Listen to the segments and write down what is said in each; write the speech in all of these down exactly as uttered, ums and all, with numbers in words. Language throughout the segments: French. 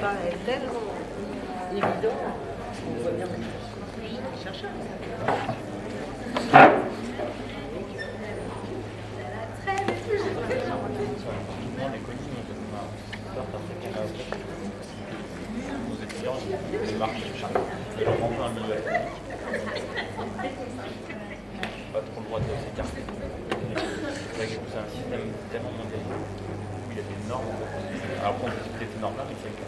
paraît tellement évident qu'on voit bien que je cherche. Les marches, et leur rendre un milieu académique. Pas trop le droit de s'écarter. C'est vrai que c'est un système tellement mondialisé où il y a des normes. Alors qu'on discute ces normes-là, mais c'est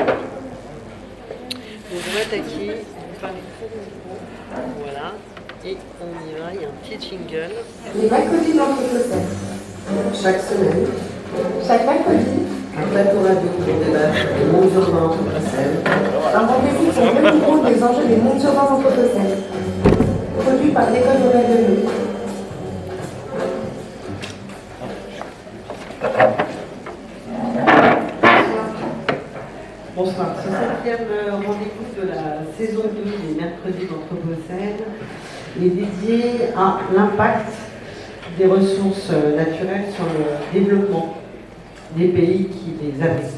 Donc on va attaquer par les cours de niveau. Voilà. Et on y va, il y a un petit jingle. Les mercredis de l'Anthropocène. Chaque semaine. Chaque mercredi. Un plateau radio pour débattre des mondes urbains anthropocènes. Un rendez-vous pour tenir compte des enjeux des mondes urbains anthropocènes. Produit par l'École Nouvelle de Lyon. Bonsoir. Ce septième rendez-vous de la saison deux des mercredis d'Anthropocène est dédié à l'impact des ressources naturelles sur le développement des pays qui les abritent.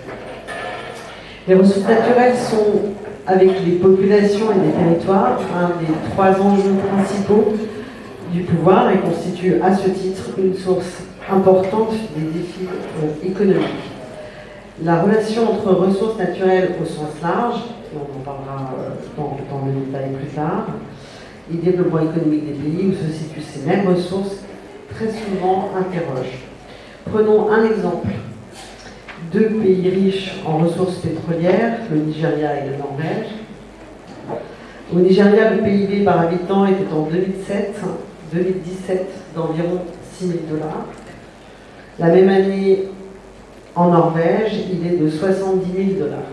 Les ressources naturelles sont, avec les populations et les territoires, un des trois enjeux principaux du pouvoir et constituent à ce titre une source importante des défis économiques. La relation entre ressources naturelles au sens large, et on en parlera dans, dans le détail plus tard, et développement économique des pays où se situent ces mêmes ressources, très souvent interroge. Prenons un exemple. Deux pays riches en ressources pétrolières, le Nigeria et la Norvège. Au Nigeria, le P I B par habitant était en deux mille dix-sept d'environ six mille dollars. La même année, en Norvège, il est de soixante-dix mille dollars.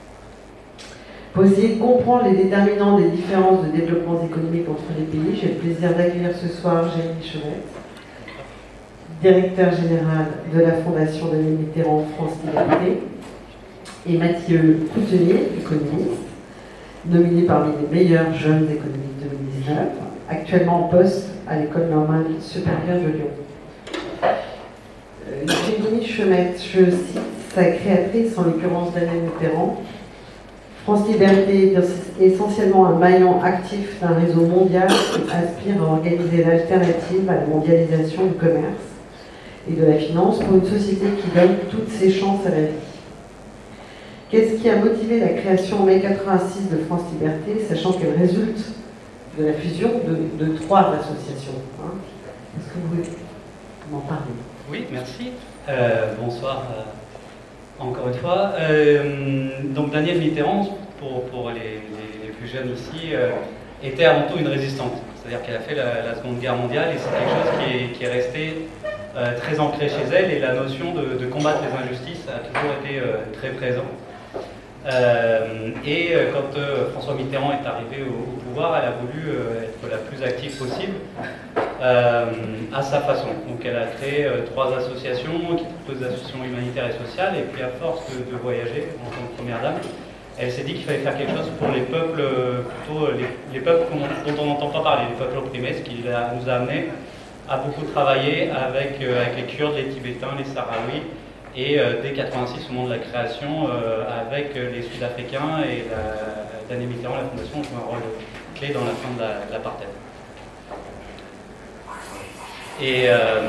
Pour essayer de comprendre les déterminants des différences de développement économique entre les pays, j'ai le plaisir d'accueillir ce soir Jérémy Chemette, directeur général de la Fondation Denis Mitterrand France Liberté, et Mathieu Coutenier, économiste, nominé parmi les meilleurs jeunes économistes deux mille dix-neuf, actuellement en poste à l'École normale supérieure de Lyon. Euh, Jérémy Chemette, je cite sa créatrice, en l'occurrence Denis Mitterrand. France Liberté est essentiellement un maillon actif d'un réseau mondial qui aspire à organiser l'alternative à la mondialisation du commerce et de la finance pour une société qui donne toutes ses chances à la vie. Qu'est-ce qui a motivé la création en mai quatre-vingt-six de France Liberté, sachant qu'elle résulte de la fusion de, de trois associations, hein? Est-ce que vous voulez m'en parler? Oui, merci. Euh, bonsoir euh, encore une fois. Euh, donc Daniel Mitterrand, pour, pour les, les, les plus jeunes ici, euh, était avant tout une résistante. C'est-à-dire qu'elle a fait la, la Seconde Guerre mondiale et c'est quelque chose qui est, qui est resté euh, très ancré chez elle, et la notion de, de combattre les injustices a toujours été euh, très présente. Euh, et euh, quand euh, François Mitterrand est arrivé au, au pouvoir, elle a voulu euh, être la plus active possible euh, à sa façon. Donc elle a créé euh, trois associations, qui sont toutes des associations humanitaires et sociales, et puis à force de, de voyager en tant que première dame, elle s'est dit qu'il fallait faire quelque chose pour les peuples, euh, plutôt les, les peuples dont on n'entend pas parler, les peuples opprimés, ce qui a, nous a amené à beaucoup travailler avec, euh, avec les Kurdes, les Tibétains, les Sahraouis, et euh, dès quatre-vingt-six, au moment de la création, euh, avec les Sud-Africains, et la, Daniel Mitterrand, la Fondation, joue un rôle clé dans la fin de la, de l'apartheid. Et euh,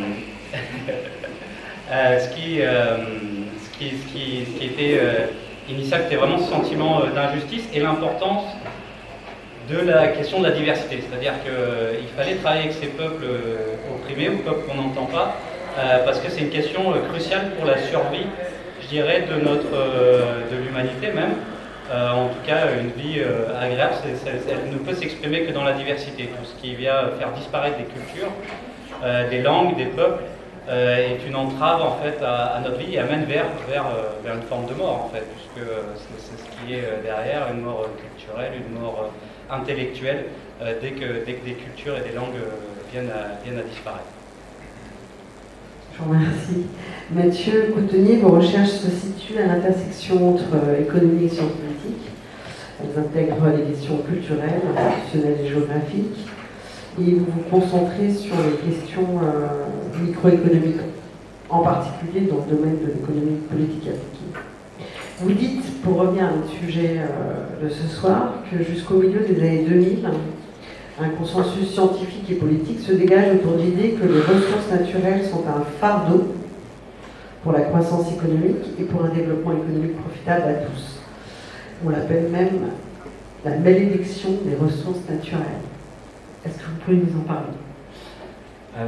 euh, ce, qui, euh, ce, qui, ce, qui, ce qui était euh, initial, c'était vraiment ce sentiment euh, d'injustice et l'importance de la question de la diversité. C'est-à-dire qu'il euh, fallait travailler avec ces peuples euh, opprimés, ou peuples qu'on n'entend pas, Euh, parce que c'est une question euh, cruciale pour la survie, je dirais, de notre, euh, de l'humanité même. Euh, en tout cas, une vie euh, agréable, c'est, c'est, elle ne peut s'exprimer que dans la diversité. Tout ce qui vient faire disparaître des cultures, euh, des langues, des peuples, euh, est une entrave en fait à, à notre vie et amène vers, vers, euh, vers une forme de mort en fait, puisque euh, c'est, c'est ce qui est derrière, une mort culturelle, une mort euh, intellectuelle, euh, dès, que, dès que des cultures et des langues euh, viennent, à, viennent à disparaître. Je vous remercie. Mathieu Coutenier, vos recherches se situent à l'intersection entre économie et sciences politiques. Elles intègrent les questions culturelles, institutionnelles et géographiques. Et vous vous concentrez sur les questions euh, microéconomiques, en particulier dans le domaine de l'économie politique appliquée. Vous dites, pour revenir à notre sujet euh, de ce soir, que jusqu'au milieu des années deux mille, un consensus scientifique et politique se dégage autour de l'idée que les ressources naturelles sont un fardeau pour la croissance économique et pour un développement économique profitable à tous. On l'appelle même la malédiction des ressources naturelles. Est-ce que vous pouvez nous en parler? euh,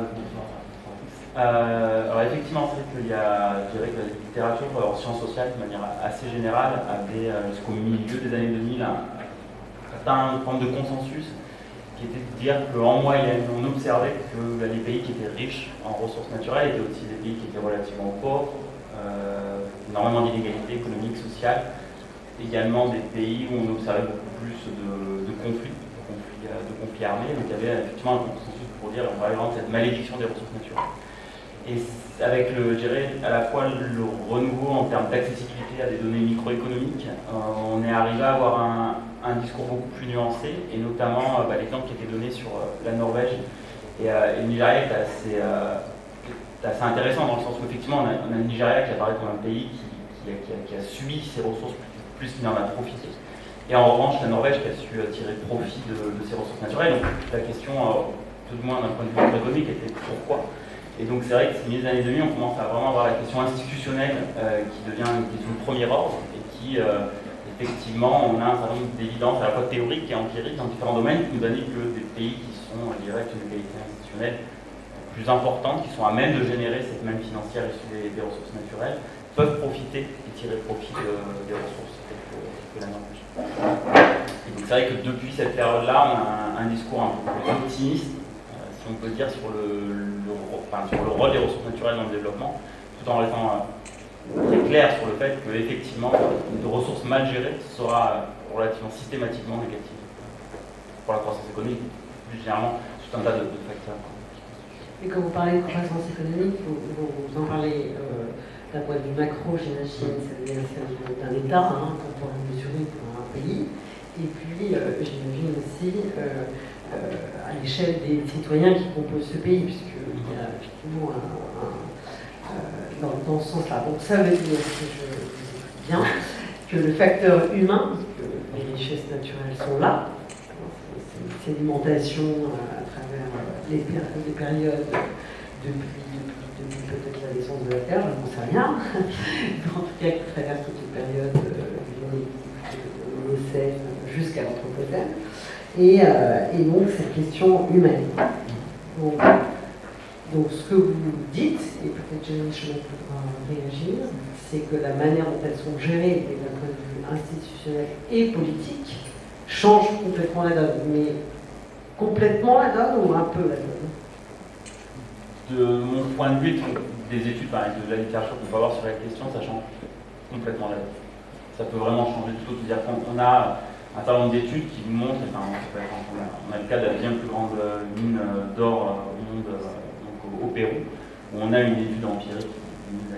euh, Alors effectivement, c'est vrai qu'il y a, je dirais que la littérature en sciences sociales, de manière assez générale, avait euh, jusqu'au milieu des années deux mille un certain forme de consensus qui était de dire qu'en moyenne, on observait que les pays qui étaient riches en ressources naturelles étaient aussi des pays qui étaient relativement pauvres, euh, énormément d'inégalités économiques, sociales, également des pays où on observait beaucoup plus de, de conflits, de conflits, de conflits armés. Donc il y avait effectivement un consensus pour dire qu'on parlait vraiment de cette malédiction des ressources naturelles. Et avec le, je dirais, à la fois le renouveau en termes d'accessibilité à des données microéconomiques, euh, on est arrivé à avoir un, un discours beaucoup plus nuancé, et notamment euh, bah, l'exemple qui était donné sur euh, la Norvège et, euh, et le Nigeria est assez, euh, est assez intéressant dans le sens où effectivement on a, on a le Nigeria qui apparaît comme un pays qui, qui, a, qui, a, qui a subi ses ressources plus, plus qu'il en a profité. Et en revanche, la Norvège qui a su euh, tirer profit de, de ses ressources naturelles. Donc la question, euh, tout du moins d'un point de vue macroéconomique, était pourquoi. Et donc c'est vrai que ces milieu des années deux mille, on commence à vraiment avoir la question institutionnelle euh, qui devient une question de premier ordre et qui, euh, effectivement, on a un certain nombre d'évidences à la fois théoriques et empiriques dans différents domaines qui nous indiquent que des pays qui sont, je dirais, avec une qualité institutionnelle plus importante, qui sont à même de générer cette manne financière issue des, des ressources naturelles, peuvent profiter et tirer profit de, des ressources telles que, que la Norvège. Et donc c'est vrai que depuis cette période-là, on a un, un discours un peu plus optimiste, on peut dire, sur le, le, enfin, sur le rôle des ressources naturelles dans le développement, tout en restant euh, très clair sur le fait qu'effectivement, une ressource mal gérée sera relativement systématiquement négative pour la croissance économique, plus généralement, tout un tas de, de facteurs. Et quand vous parlez de croissance économique, vous, vous, vous en parlez euh, d'un point de vue macro, j'imagine, c'est d'un État, hein, qu'on pourrait mesurer pour un pays, et puis euh, j'imagine aussi euh, Euh, à l'échelle des citoyens qui composent ce pays, puisqu'il y a effectivement un, un, euh, dans, dans ce sens-là. Donc ça veut dire, si je vous écoute bien, que le facteur humain, que les richesses naturelles sont là, c'est une sédimentation à travers les, les périodes depuis, depuis, depuis peut-être la naissance de la Terre, je n'en sais rien, en tout cas qui traverse toute une période euh, de l'Holocène jusqu'à l'Anthropocène. Et, euh, et donc cette question humaine. Donc, donc ce que vous dites, et peut-être Jérémy Chemin pourra réagir, c'est que la manière dont elles sont gérées d'un point de vue institutionnel et politique change complètement la donne. Mais complètement la donne ou un peu la donne? De mon point de vue, des études, par exemple, de la littérature qu'on peut avoir sur la question, ça change complètement la donne. Ça peut vraiment changer du tout. C'est-à-dire qu'on a un certain nombre d'études qui nous montrent, enfin, on, a, on a le cas de la deuxième plus grande mine d'or au monde, donc au, au Pérou, où on a une étude empirique deux mille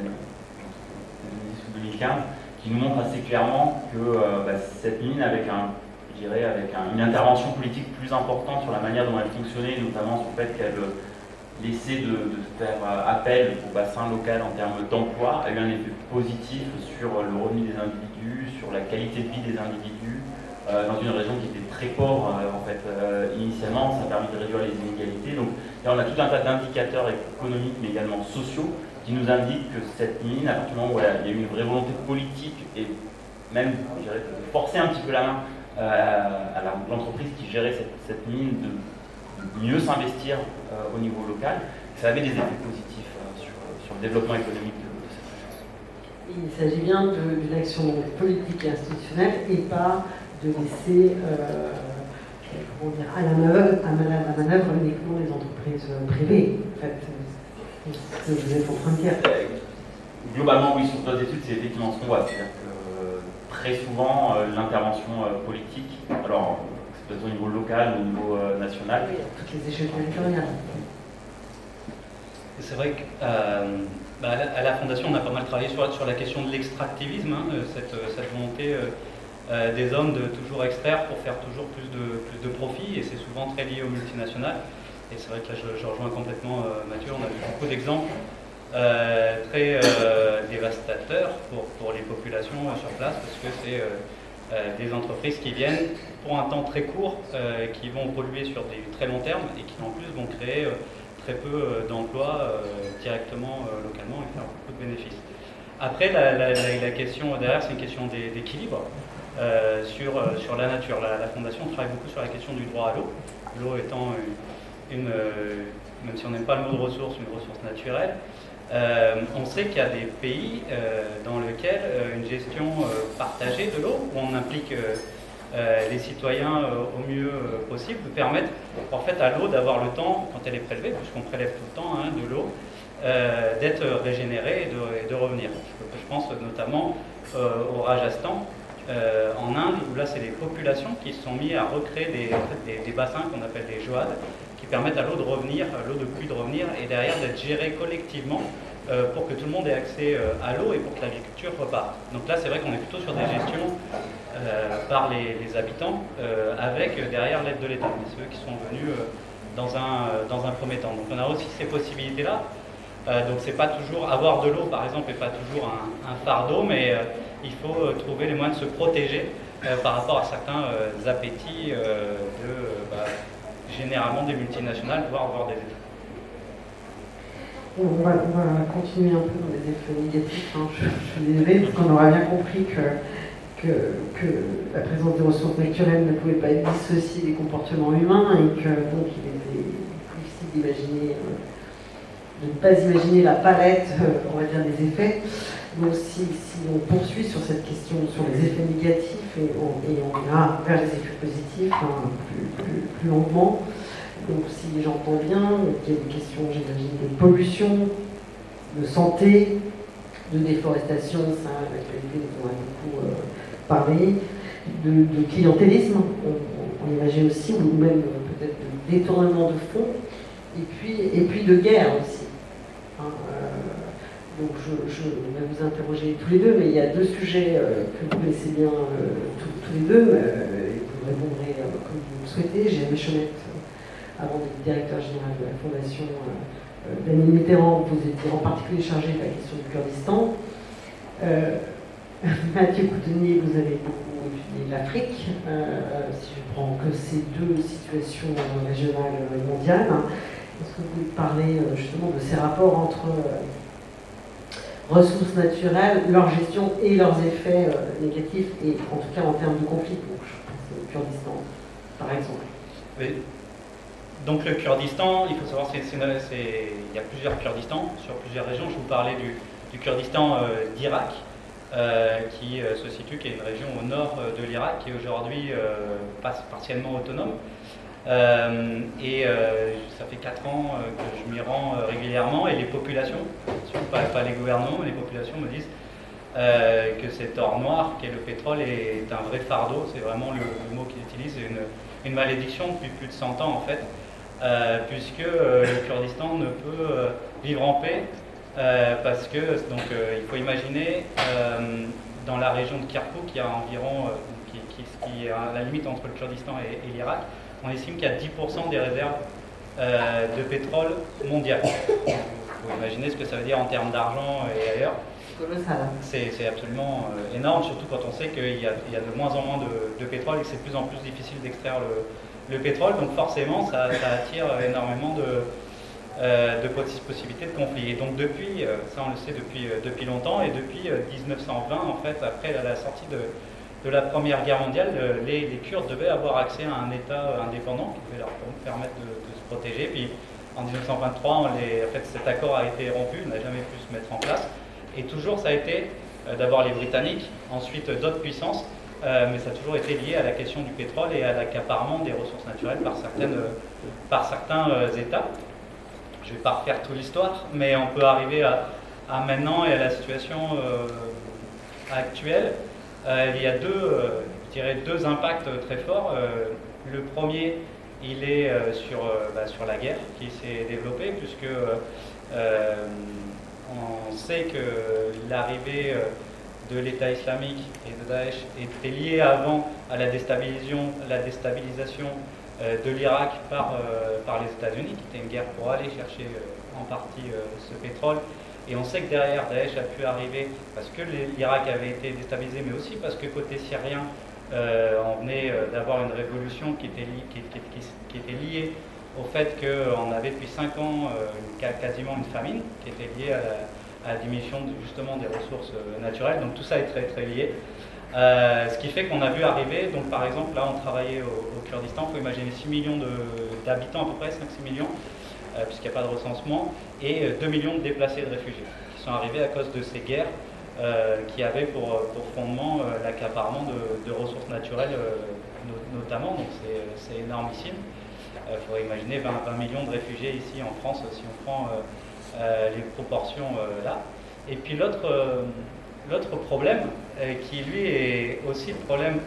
dix ou deux mille quinze qui nous montre assez clairement que euh, bah, cette mine, avec, un, je dirais, avec un, une intervention politique plus importante sur la manière dont elle fonctionnait, notamment sur le fait qu'elle laissait de, de faire appel au bassin local en termes d'emploi, a eu un effet positif sur le revenu des individus, sur la qualité de vie des individus, Euh, dans une région qui était très pauvre euh, en fait euh, initialement. Ça a permis de réduire les inégalités. Donc là, on a tout un tas d'indicateurs économiques mais également sociaux qui nous indiquent que cette mine, à partir du moment où il y a eu une vraie volonté politique et même, je dirais, de forcer un petit peu la main euh, à l'entreprise qui gérait cette, cette mine de, de mieux s'investir euh, au niveau local, ça avait des effets positifs euh, sur, sur le développement économique de, de cette région. Il s'agit bien d'une action politique et institutionnelle et pas de laisser euh, comment dire, à la manœuvre, à la manœuvre uniquement les entreprises privées. En fait, c'est ce que vous êtes en train de dire. Globalement, oui, sur d'autres études, c'est effectivement ce qu'on voit. C'est-à-dire que euh, très souvent, euh, l'intervention euh, politique, alors c'est peut-être au niveau local ou au niveau euh, national. Oui, à toutes les échelles territoriales. C'est vrai que euh, bah, à la Fondation, on a pas mal travaillé sur, sur la question de l'extractivisme, hein, cette, cette volonté euh, euh, des hommes de toujours extraire pour faire toujours plus de, plus de profit, et c'est souvent très lié aux multinationales. Et c'est vrai que là, je, je rejoins complètement euh, Mathieu, on a vu beaucoup d'exemples euh, très euh, dévastateur pour, pour les populations euh, sur place, parce que c'est euh, euh, des entreprises qui viennent pour un temps très court, euh, qui vont polluer sur des très longs termes et qui en plus vont créer euh, très peu euh, d'emplois euh, directement euh, localement et faire beaucoup de bénéfices. Après, la, la, la, la question derrière, c'est une question d'équilibre euh, sur, euh, sur la nature. La, la Fondation travaille beaucoup sur la question du droit à l'eau, l'eau étant une, une euh, même si on n'aime pas le mot de ressource, une ressource naturelle. Euh, on sait qu'il y a des pays euh, dans lesquels euh, une gestion euh, partagée de l'eau, où on implique euh, euh, les citoyens euh, au mieux euh, possible, permettent en fait à l'eau d'avoir le temps, quand elle est prélevée, puisqu'on prélève tout le temps hein, de l'eau, euh, d'être régénérée et de, et de revenir. Je, je pense notamment euh, au Rajasthan, euh, en Inde, où là c'est les populations qui se sont mis à recréer des, en fait, des, des bassins qu'on appelle des joades, qui permettent à l'eau de revenir, l'eau de pluie de revenir, et derrière d'être gérée collectivement euh, pour que tout le monde ait accès euh, à l'eau et pour que l'agriculture reparte. Donc là, c'est vrai qu'on est plutôt sur des gestions euh, par les, les habitants, euh, avec euh, derrière l'aide de l'État, mais ceux qui sont venus euh, dans, un, euh, dans un premier temps. Donc on a aussi ces possibilités-là. Euh, donc c'est pas toujours avoir de l'eau, par exemple, et pas toujours un, un fardeau, mais euh, il faut euh, trouver les moyens de se protéger euh, par rapport à certains euh, appétits euh, de... Euh, bah, généralement des multinationales, voire, voire des États. On va, on va continuer un peu dans les effets négatifs. Hein. Je, je suis désolée, parce qu'on aura bien compris que, que, que la présence des ressources naturelles ne pouvait pas être dissociée des comportements humains et que donc il était difficile d'imaginer, euh, de ne pas imaginer la palette, euh, on va dire, des effets. Donc si, si on poursuit sur cette question, sur les effets négatifs, et on, et on ira vers les effets positifs hein, plus, plus, plus longuement. Donc si j'entends bien, il y a des questions, j'imagine, de pollution, de santé, de déforestation, ça, l'actualité, on a beaucoup euh, parlé, de, de clientélisme, on, on imagine aussi, ou même euh, peut-être de détournement de fonds, et puis, et puis de guerre aussi. Hein, euh, Donc je, je vais vous interroger tous les deux, mais il y a deux sujets euh, que vous connaissez bien euh, tous, tous les deux, euh, et vous répondrez euh, comme vous le souhaitez. Jérémy Chomette, euh, avant d'être directeur général de la Fondation euh, Daniel Mitterrand, vous étiez en particulier chargé de la question du Kurdistan. Euh, Mathieu Coutenier, vous avez beaucoup étudié l'Afrique, euh, si je prends que ces deux situations régionales et mondiales. Est-ce que vous pouvez parler euh, justement de ces rapports entre euh, ressources naturelles, leur gestion et leurs effets euh, négatifs, et en tout cas en termes de conflit, donc je pense au Kurdistan, par exemple. Oui. Donc le Kurdistan, il faut savoir, c'est, c'est, c'est, il y a plusieurs Kurdistans sur plusieurs régions. Je vous parlais du, du Kurdistan euh, d'Irak, euh, qui euh, se situe, qui est une région au nord euh, de l'Irak, qui est aujourd'hui euh, partiellement autonome. Euh, et euh, ça fait quatre ans euh, que je m'y rends euh, régulièrement, et les populations, pas, pas les gouvernements, mais les populations me disent euh, que cet or noir qu'est le pétrole est un vrai fardeau. C'est vraiment le, le mot qu'ils utilisent, une, une malédiction depuis plus de cent ans en fait, euh, puisque euh, le Kurdistan ne peut euh, vivre en paix euh, parce que donc euh, il faut imaginer euh, dans la région de Kirkouk, il y a environ euh, qui, qui, qui est à la limite entre le Kurdistan et, et l'Irak. On estime qu'il y a dix pour cent des réserves euh, de pétrole mondiales. Vous pouvez imaginer ce que ça veut dire en termes d'argent et ailleurs. C'est, c'est absolument euh, énorme, surtout quand on sait qu'il y a, il y a de moins en moins de, de pétrole et que c'est de plus en plus difficile d'extraire le, le pétrole. Donc forcément, ça, ça attire énormément de, euh, de possibilités de conflit. Et donc depuis, euh, ça on le sait depuis, euh, depuis longtemps, et depuis euh, mille neuf cent vingt, en fait, après la, la sortie de... de la Première Guerre mondiale, les, les Kurdes devaient avoir accès à un État indépendant qui devait leur permettre de, de se protéger. Puis en mille neuf cent vingt-trois, on les, en fait, cet accord a été rompu, on n'a jamais pu se mettre en place. Et toujours, ça a été euh, d'abord les Britanniques, ensuite euh, d'autres puissances, euh, mais ça a toujours été lié à la question du pétrole et à l'accaparement des ressources naturelles par, certaines, euh, par certains euh, États. Je ne vais pas refaire toute l'histoire, mais on peut arriver à, à maintenant et à la situation euh, actuelle. Euh, il y a deux, euh, je dirais deux impacts très forts. Euh, le premier, il est euh, sur, euh, bah, sur la guerre qui s'est développée, puisque euh, on sait que l'arrivée de l'État islamique et de Daesh était liée avant à la déstabilisation, la déstabilisation euh, de l'Irak par, euh, par les États-Unis, qui était une guerre pour aller chercher euh, en partie euh, ce pétrole, Et on sait que derrière, Daesh a pu arriver parce que l'Irak avait été déstabilisé, mais aussi parce que côté syrien, euh, on venait d'avoir une révolution qui était, li qui, qui, qui, qui était liée au fait qu'on avait depuis cinq ans euh, quasiment une famine qui était liée à la, à la diminution de, justement des ressources naturelles. Donc tout ça est très très lié. Euh, ce qui fait qu'on a vu arriver, donc par exemple là on travaillait au, au Kurdistan, il faut imaginer six millions d'habitants à peu près, cinq six millions, euh, puisqu'il n'y a pas de recensement, et euh, deux millions de déplacés et de réfugiés qui sont arrivés à cause de ces guerres euh, qui avaient pour, pour fondement euh, l'accaparement de, de ressources naturelles euh, no, notamment, donc c'est énormissime. Il euh, faudrait imaginer vingt, vingt millions de réfugiés ici en France si on prend euh, euh, les proportions euh, là. Et puis l'autre euh, l'autre problème, euh, qui lui est aussi le problème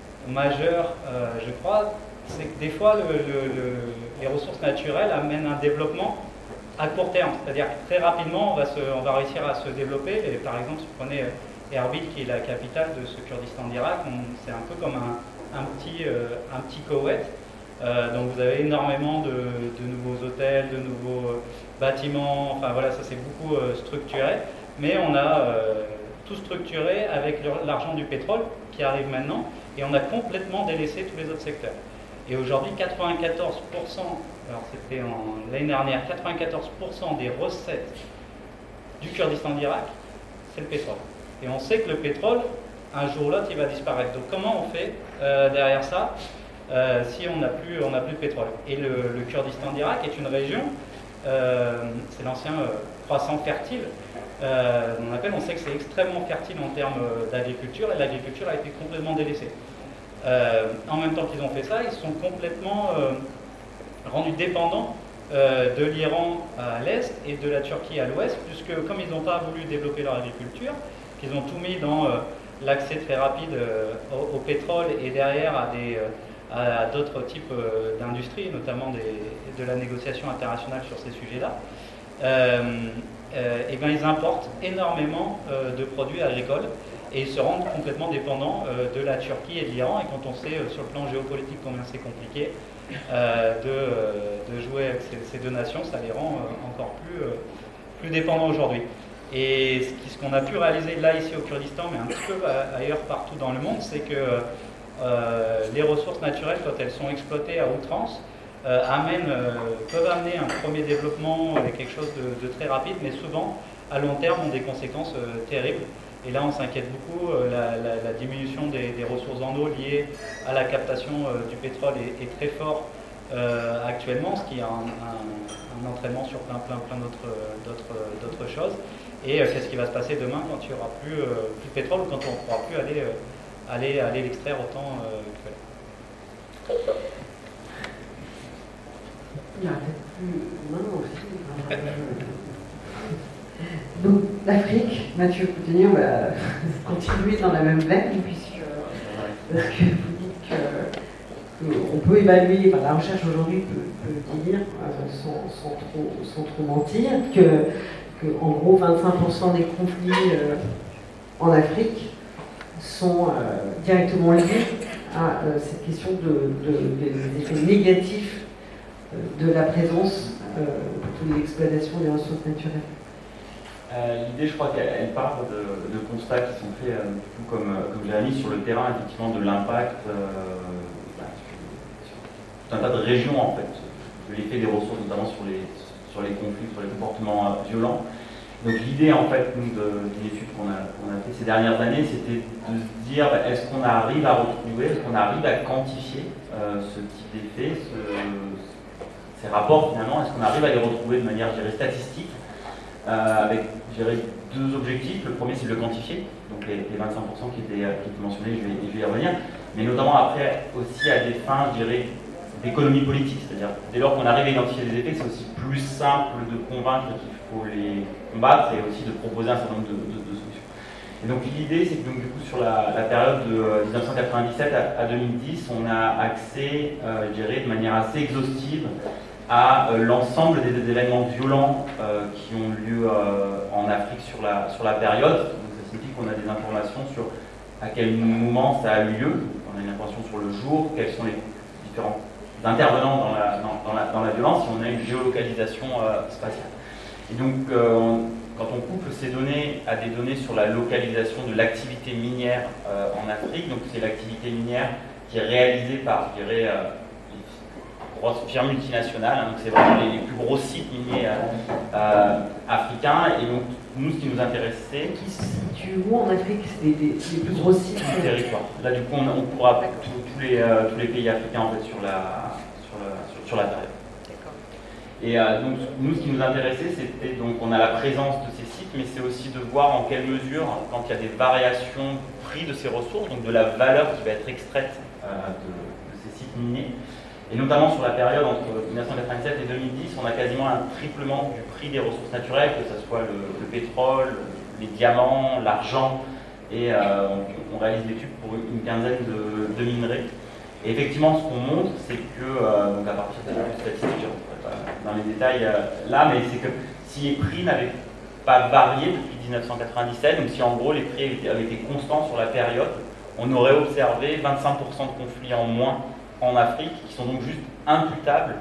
majeur, euh, je crois, c'est que des fois le, le, le, les ressources naturelles amènent un développement à court terme. C'est-à-dire que très rapidement on va, se, on va réussir à se développer. Et par exemple, si vous prenez Erbil, qui est la capitale de ce Kurdistan d'Irak, c'est un peu comme un, un, petit, euh, un petit Koweït. Euh, donc vous avez énormément de, de nouveaux hôtels, de nouveaux bâtiments, enfin voilà, ça c'est beaucoup euh, structuré, mais on a euh, tout structuré avec l'argent du pétrole qui arrive maintenant, et on a complètement délaissé tous les autres secteurs. Et aujourd'hui, quatre-vingt-quatorze pour cent, alors c'était l'année dernière, quatre-vingt-quatorze pour cent des recettes du Kurdistan d'Irak, c'est le pétrole. Et on sait que le pétrole, un jour ou l'autre, il va disparaître. Donc comment on fait euh, derrière ça Euh, si on n'a plus, on n'a plus de pétrole. Et le, le Kurdistan d'Irak est une région, euh, c'est l'ancien euh, croissant fertile, euh, on appelle, on sait que c'est extrêmement fertile en termes d'agriculture, et l'agriculture a été complètement délaissée. Euh, en même temps qu'ils ont fait ça, ils sont complètement euh, rendus dépendants euh, de l'Iran à l'est et de la Turquie à l'ouest, puisque comme ils n'ont pas voulu développer leur agriculture, qu'ils ont tout mis dans euh, l'accès très rapide euh, au, au pétrole et derrière à des... Euh, à d'autres types euh, d'industries, notamment des, de la négociation internationale sur ces sujets-là, euh, euh, et ben ils importent énormément euh, de produits agricoles et ils se rendent complètement dépendants euh, de la Turquie et de l'Iran. Et quand on sait euh, sur le plan géopolitique combien c'est compliqué euh, de, euh, de jouer avec ces, ces deux nations, ça les rend euh, encore plus, euh, plus dépendants aujourd'hui. Et ce qu'on a pu réaliser là, ici au Kurdistan, mais un petit peu ailleurs partout dans le monde, c'est que Euh, les ressources naturelles, quand elles sont exploitées à outrance, euh, amènent, euh, peuvent amener un premier développement avec quelque chose de, de très rapide, mais souvent, à long terme, ont des conséquences euh, terribles. Et là, on s'inquiète beaucoup, euh, la, la, la diminution des, des ressources en eau liée à la captation euh, du pétrole est, est très fort euh, actuellement, ce qui a un, un, un entraînement sur plein, plein, plein d'autres choses. Et euh, qu'est-ce qui va se passer demain quand il n'y aura plus, euh, plus de pétrole, ou quand on ne pourra plus aller... Euh, aller, aller l'extraire autant euh, que... Il y a peut-être plus... Non, aussi. Donc, l'Afrique, Mathieu Coutenier, on va continuer dans la même veine, puisque parce que vous dites qu'on peut évaluer, enfin, la recherche aujourd'hui peut, peut dire, euh, sans, sans, trop, sans trop mentir, que, que en gros vingt-cinq pour cent des conflits euh, en Afrique sont euh, directement liés à euh, cette question de, de, des effets négatifs euh, de la présence euh, de l'exploitation des ressources naturelles. Euh, L'idée, je crois qu'elle part de, de constats qui sont faits, euh, du coup, comme, comme Jérémy, sur le terrain, effectivement, de l'impact euh, bah, sur, sur tout un tas de régions, en fait, de l'effet des ressources, notamment sur les, sur les conflits, sur les comportements euh, violents. Donc l'idée, en fait, d'une étude qu'on a, qu'on a fait ces dernières années, c'était de se dire, bah, est-ce qu'on arrive à retrouver, est-ce qu'on arrive à quantifier euh, ce type d'effet, ce, ces rapports finalement, est-ce qu'on arrive à les retrouver de manière, je dirais, statistique, euh, avec, je dirais, deux objectifs. Le premier, c'est de le quantifier, donc les, les vingt-cinq pour cent qui étaient, qui étaient mentionnés, je vais, je vais y revenir, mais notamment après aussi à des fins, je dirais, d'économie politique, c'est-à-dire dès lors qu'on arrive à identifier les effets, c'est aussi plus simple de convaincre qu'il faut les combattre et aussi de proposer un certain nombre de, de, de solutions. Et donc l'idée, c'est que donc, du coup, sur la, la période de mille neuf cent quatre-vingt-dix-sept à, à deux mille dix, on a accès, euh, je dirais, de manière assez exhaustive à euh, l'ensemble des, des événements violents euh, qui ont lieu euh, en Afrique sur la, sur la période. Donc, ça signifie qu'on a des informations sur à quel moment ça a eu lieu, on a une information sur le jour, quels sont les différents intervenants dans la, dans, dans, la, dans la violence, si on a une géolocalisation euh, spatiale. Et donc, euh, on, quand on couple ces données à des données sur la localisation de l'activité minière euh, en Afrique, donc c'est l'activité minière qui est réalisée par, je dirais, euh, les grosses firmes multinationales, hein, donc c'est vraiment les, les plus gros sites miniers euh, euh, africains, et donc nous, ce qui nous intéressait... Qui se situe où en Afrique? C'est les, les, les plus gros sites du territoire. Là, du coup, on, on pourra tous les, euh, tous les pays africains en fait, sur la, sur la, sur, sur la période. Et euh, donc, nous, ce qui nous intéressait, c'était donc on a la présence de ces sites, mais c'est aussi de voir en quelle mesure, quand il y a des variations du prix de ces ressources, donc de la valeur qui va être extraite euh, de, de ces sites miniers, et notamment sur la période entre mille neuf cent quatre-vingt-dix-sept et deux mille dix, on a quasiment un triplement du prix des ressources naturelles, que ce soit le, le pétrole, les diamants, l'argent, et euh, on, on réalise l'étude pour une quinzaine de, de minerais. Et effectivement, ce qu'on montre, c'est que, euh, donc à partir de statistiques, dans les détails euh, là, mais c'est que si les prix n'avaient pas varié depuis mille neuf cent quatre-vingt-dix-sept, donc si en gros les prix avaient été constants sur la période, on aurait observé vingt-cinq pour cent de conflits en moins en Afrique, qui sont donc juste imputables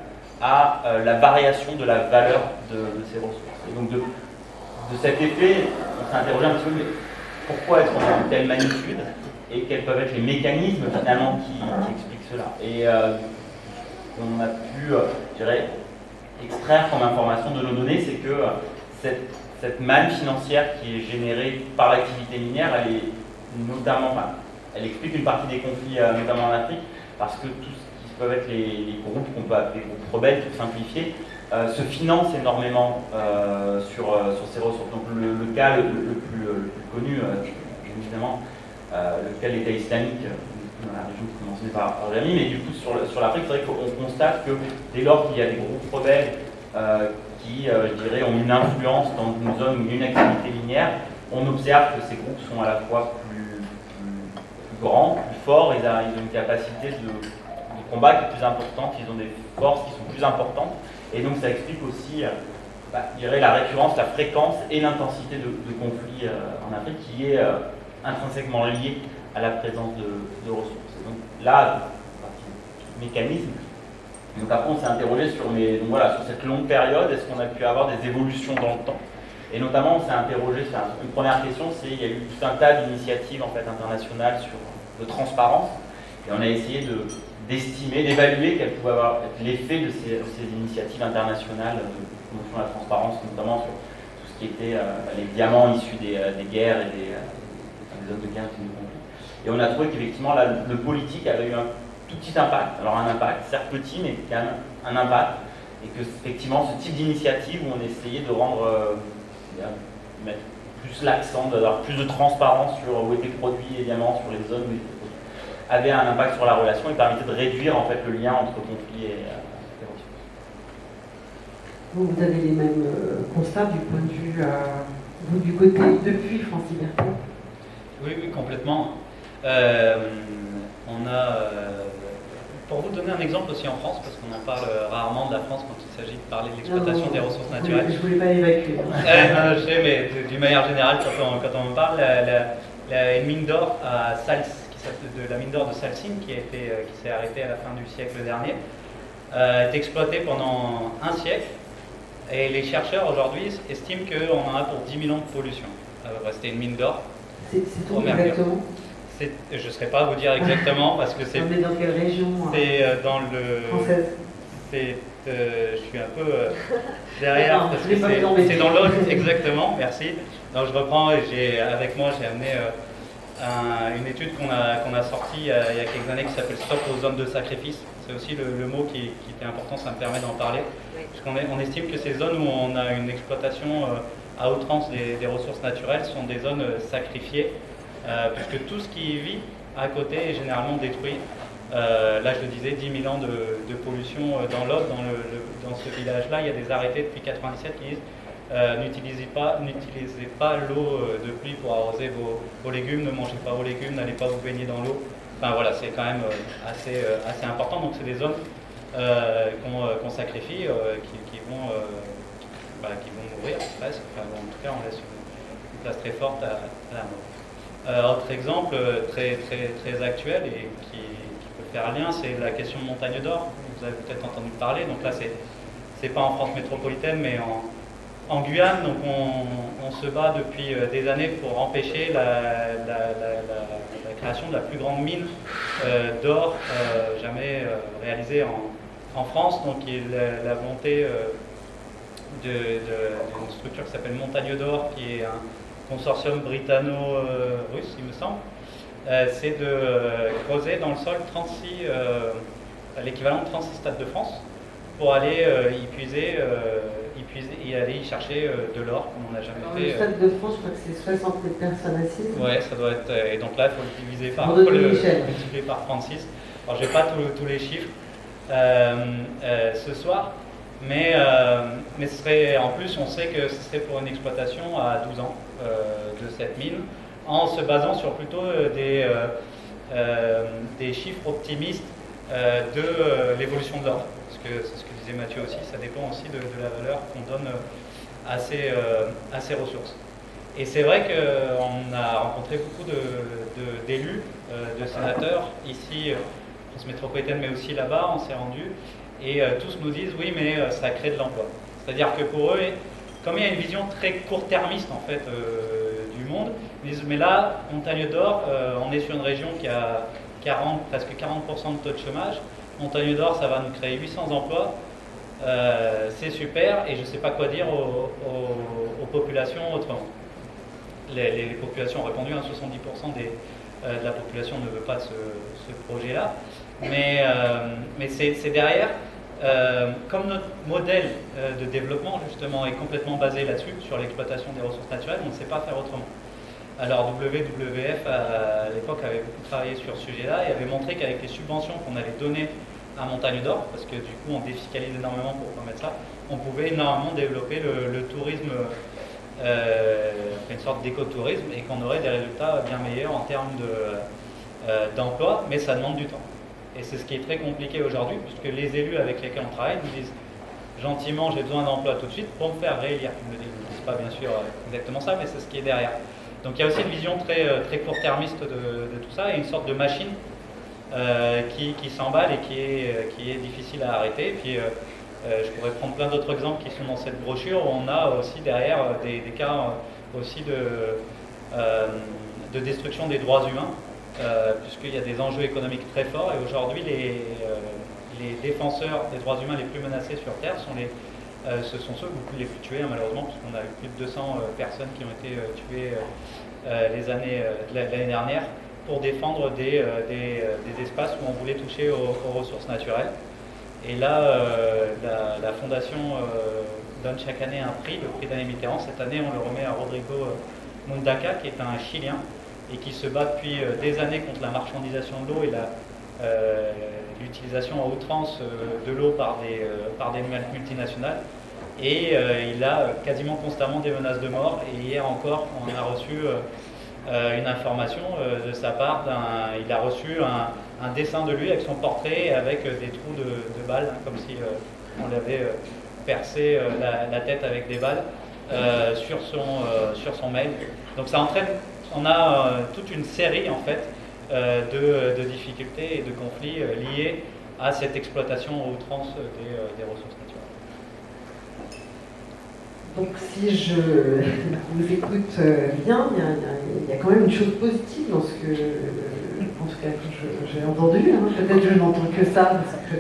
à euh, la variation de la valeur de, de ces ressources. Et donc de, de cet effet, on s'est interrogé un petit peu, mais pourquoi est-ce qu'on a une telle magnitude et quels peuvent être les mécanismes finalement qui, qui expliquent cela. Et euh, on a pu, euh, je dirais, extraire comme information de nos données, c'est que euh, cette, cette manne financière qui est générée par l'activité minière, elle est notamment, enfin, elle explique une partie des conflits, euh, notamment en Afrique, parce que tout ce qui peuvent être les, les groupes qu'on peut appeler groupes rebelles, pour simplifier, euh, se financent énormément euh, sur, euh, sur ces ressources. Donc le, le cas le, le, plus, le plus connu, euh, évidemment, Euh, le cas de l'État islamique euh, dans la région qui est mentionnée par Rémi, mais du coup sur, le, sur l'Afrique, c'est vrai qu'on constate que dès lors qu'il y a des groupes rebelles euh, qui, euh, je dirais, ont une influence dans une zone ou une activité minière, on observe que ces groupes sont à la fois plus, plus, plus grands, plus forts, ils, a, ils ont une capacité de, de combat qui est plus importante, ils ont des forces qui sont plus importantes, et donc ça explique aussi euh, bah, je dirais, la récurrence, la fréquence et l'intensité de, de conflits euh, en Afrique qui est euh, intrinsèquement lié à la présence de, de ressources. Et donc là, mécanisme. Donc après, on s'est interrogé sur, les, donc voilà, sur cette longue période, est-ce qu'on a pu avoir des évolutions dans le temps? Et notamment, on s'est interrogé sur une première question, c'est il y a eu tout un tas d'initiatives en fait, internationales sur, de transparence, et on a essayé de, d'estimer, d'évaluer quel pouvait avoir l'effet de ces, de ces initiatives internationales de promotion de la transparence, notamment sur tout ce qui était euh, les diamants issus des, des guerres et des des zones de guerre et de conflit. Et on a trouvé qu'effectivement, le politique avait eu un tout petit impact. Alors un impact, certes petit, mais quand même un impact. Et que effectivement, ce type d'initiative où on essayait de rendre, euh, mettre plus l'accent, d'avoir plus de transparence sur où étaient produits les diamants, sur les zones où ils étaient produits, avait un impact sur la relation et permettait de réduire en fait le lien entre conflit et, euh, et ressources. Vous, vous avez les mêmes euh, constats du point de vue, euh, vous du côté depuis France Liberté? Oui, oui, complètement. Euh, on a, euh, pour vous donner un exemple aussi en France, parce qu'on en parle rarement de la France quand il s'agit de parler de l'exploitation des ressources naturelles. Je ne voulais pas l'évacuer. Euh, je sais, mais d'une manière générale, quand on, quand on en parle, la, la, la, une mine d'or à Sals, qui de la mine d'or de Salsigne, qui, a été, qui s'est arrêtée à la fin du siècle dernier, euh, est exploitée pendant un siècle. Et les chercheurs aujourd'hui estiment qu'on en a pour dix mille ans de pollution. Euh, C'était une mine d'or. C'est tout exactement. Je ne saurais pas vous dire exactement parce que c'est. On est dans quelle région? C'est euh, dans le. Française. C'est. Euh, je suis un peu euh, derrière non, parce que c'est dans l'autre exactement. Merci. Donc je reprends. J'ai avec moi j'ai amené euh, un, une étude qu'on a qu'on a sortie euh, il y a quelques années qui s'appelle Stop aux zones de sacrifice. C'est aussi le, le mot qui, qui était important. Ça me permet d'en parler. Parce qu'on on estime que ces zones où on a une exploitation euh, à outrance des, des ressources naturelles sont des zones sacrifiées, euh, puisque tout ce qui vit à côté est généralement détruit. Euh, là, je le disais, dix mille ans de, de pollution dans l'Aude, dans, le, le, dans ce village-là. Il y a des arrêtés depuis mille neuf cent quatre-vingt-dix-sept qui disent euh, n'utilisez pas, n'utilisez pas l'eau de pluie pour arroser vos, vos légumes, ne mangez pas vos légumes, n'allez pas vous baigner dans l'eau. Enfin voilà, c'est quand même assez, assez important. Donc c'est des zones euh, qu'on qu'on sacrifie, euh, qui, qui vont... Euh, Bah, qui vont mourir presque, enfin, bon, en tout cas on laisse une place très forte à, à la mort. Euh, autre exemple très, très, très actuel et qui, qui peut faire lien, c'est la question de Montagne d'Or. Vous avez peut-être entendu parler, donc là c'est c'est pas en France métropolitaine mais en, en Guyane, donc on, on se bat depuis des années pour empêcher la, la, la, la, la création de la plus grande mine euh, d'or euh, jamais euh, réalisée en, en France. Donc il y a la, la volonté euh, d'une structure qui s'appelle Montagne d'Or, qui est un consortium britanno-russe, il me semble. Euh, c'est de euh, creuser dans le sol trente-six, euh, l'équivalent de trente-six stades de France, pour aller euh, y puiser, euh, y puiser et aller y chercher euh, de l'or, comme on n'a jamais Alors, fait. le stade de France, je crois que c'est soixante mille personnes assises. Ouais, ça doit être. Et donc là, il faut le diviser par, faut faut le le multiplier par trente-six. Alors, je n'ai pas tous les chiffres euh, euh, ce soir, mais, euh, mais ce serait, en plus, on sait que ce serait pour une exploitation à douze ans euh, de cette mine, en se basant sur plutôt des, euh, euh, des chiffres optimistes euh, de euh, l'évolution de l'or. Parce que c'est ce que disait Mathieu aussi, ça dépend aussi de, de la valeur qu'on donne à ces, euh, à ces ressources. Et c'est vrai qu'on a rencontré beaucoup d'élus, de, de, euh, de sénateurs, ici, en France métropolitaine, mais aussi là-bas, on s'est rendu, et euh, tous nous disent, oui, mais euh, ça crée de l'emploi. C'est-à-dire que pour eux, comme il y a une vision très court-termiste, en fait, euh, du monde, ils disent, mais là, Montagne d'Or, euh, on est sur une région qui a quarante, presque quarante pour cent de taux de chômage. Montagne d'Or, ça va nous créer huit cents emplois. Euh, c'est super, et je ne sais pas quoi dire aux, aux, aux populations autrement. Les, les, les populations ont répondu, hein, soixante-dix pour cent des, euh, de la population ne veut pas de ce, ce projet-là. Mais, euh, mais c'est derrière, euh, comme notre modèle euh, de développement, justement, est complètement basé là-dessus, sur l'exploitation des ressources naturelles, on ne sait pas faire autrement. Alors W W F, à l'époque, avait beaucoup travaillé sur ce sujet-là et avait montré qu'avec les subventions qu'on allait donner à Montagne d'Or, parce que du coup on défiscalise énormément pour permettre ça, on pouvait énormément développer le, le tourisme, euh, une sorte d'écotourisme, et qu'on aurait des résultats bien meilleurs en termes d'emploi, de, euh, mais ça demande du temps. Et c'est ce qui est très compliqué aujourd'hui, puisque les élus avec lesquels on travaille nous disent gentiment, j'ai besoin d'emploi tout de suite pour me faire réélire. Ils ne disent pas bien sûr exactement ça, mais c'est ce qui est derrière. Donc il y a aussi une vision très, très court-termiste de, de tout ça, et une sorte de machine euh, qui, qui s'emballe et qui est, qui est difficile à arrêter. Et puis euh, euh, je pourrais prendre plein d'autres exemples qui sont dans cette brochure, où on a aussi derrière des, des cas aussi de, euh, de destruction des droits humains, euh, puisqu'il y a des enjeux économiques très forts, et aujourd'hui les, euh, les défenseurs des droits humains les plus menacés sur Terre sont les Euh, ce sont ceux que vous pouvez les plus tuer, hein, malheureusement, puisqu'on a eu plus de deux cents euh, personnes qui ont été euh, tuées euh, les années euh, l'année dernière pour défendre des, euh, des, euh, des espaces où on voulait toucher aux, aux ressources naturelles. Et là, euh, la, la Fondation euh, donne chaque année un prix, le prix d'Anne Mitterrand. Cette année, on le remet à Rodrigo Mundaca, qui est un Chilien et qui se bat depuis euh, des années contre la marchandisation de l'eau et la Euh, l'utilisation à outrance euh, de l'eau par des, euh, par des multinationales. Et euh, il a quasiment constamment des menaces de mort. Et hier encore, on a reçu euh, euh, une information euh, de sa part. Il a reçu un, un dessin de lui avec son portrait, avec euh, des trous de, de balles, hein, comme si euh, on l'avait euh, percé euh, la, la tête avec des balles euh, sur, son, euh, sur son mail. Donc ça entraîne, on a euh, toute une série en fait Euh, de, de difficultés et de conflits euh, liés à cette exploitation à outrance des, euh, des ressources naturelles. Donc si je vous écoute bien, il y, a, il y a quand même une chose positive dans ce que, en tout cas, j'ai entendu. Hein. Peut-être je n'entends que ça, parce que,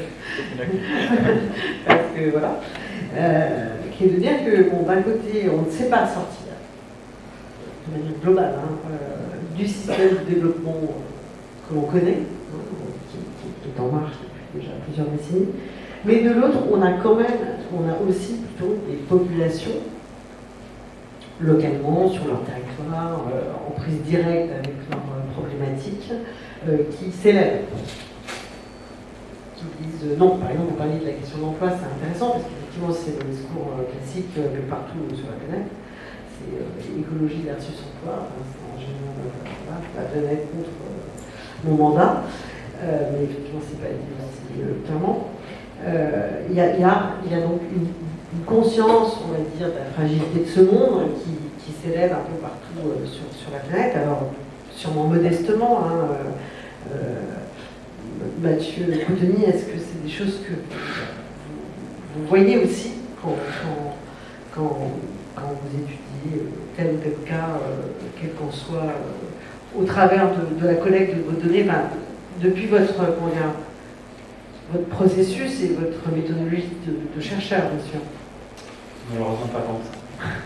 parce que voilà, euh, qui est de dire que, bon, d'un côté, on ne sait pas sortir, de manière globale, hein, euh, du système de développement que l'on connaît, hein, qui, qui, qui est en marche depuis déjà plusieurs décennies, mais de l'autre, on a quand même, on a aussi plutôt des populations localement, sur leur territoire, euh, en prise directe avec leurs euh, problématiques, euh, qui s'élèvent, qui disent euh, non. Par exemple, vous parliez de la question de l'emploi, c'est intéressant, parce qu'effectivement, c'est le discours euh, classique euh, que partout sur la planète. C'est euh, écologie versus emploi, enfin, c'est en général euh, voilà, la planète contre euh, mon mandat, euh, mais effectivement c'est pas dit aussi euh, clairement. Il euh, y, y, y a donc une, une conscience, on va dire, de la fragilité de ce monde qui, qui s'élève un peu partout euh, sur, sur la planète, alors sûrement modestement. Hein, euh, euh, Mathieu Couteny, est-ce que c'est des choses que vous, vous voyez aussi quand, quand, quand vous étudiez tel ou tel cas, euh, quel qu'en soit, euh, au travers de, de la collecte de vos données, ben, depuis votre, comment dire, votre processus et votre méthodologie de, de chercheur, bien sûr. Malheureusement, pas tant que ça.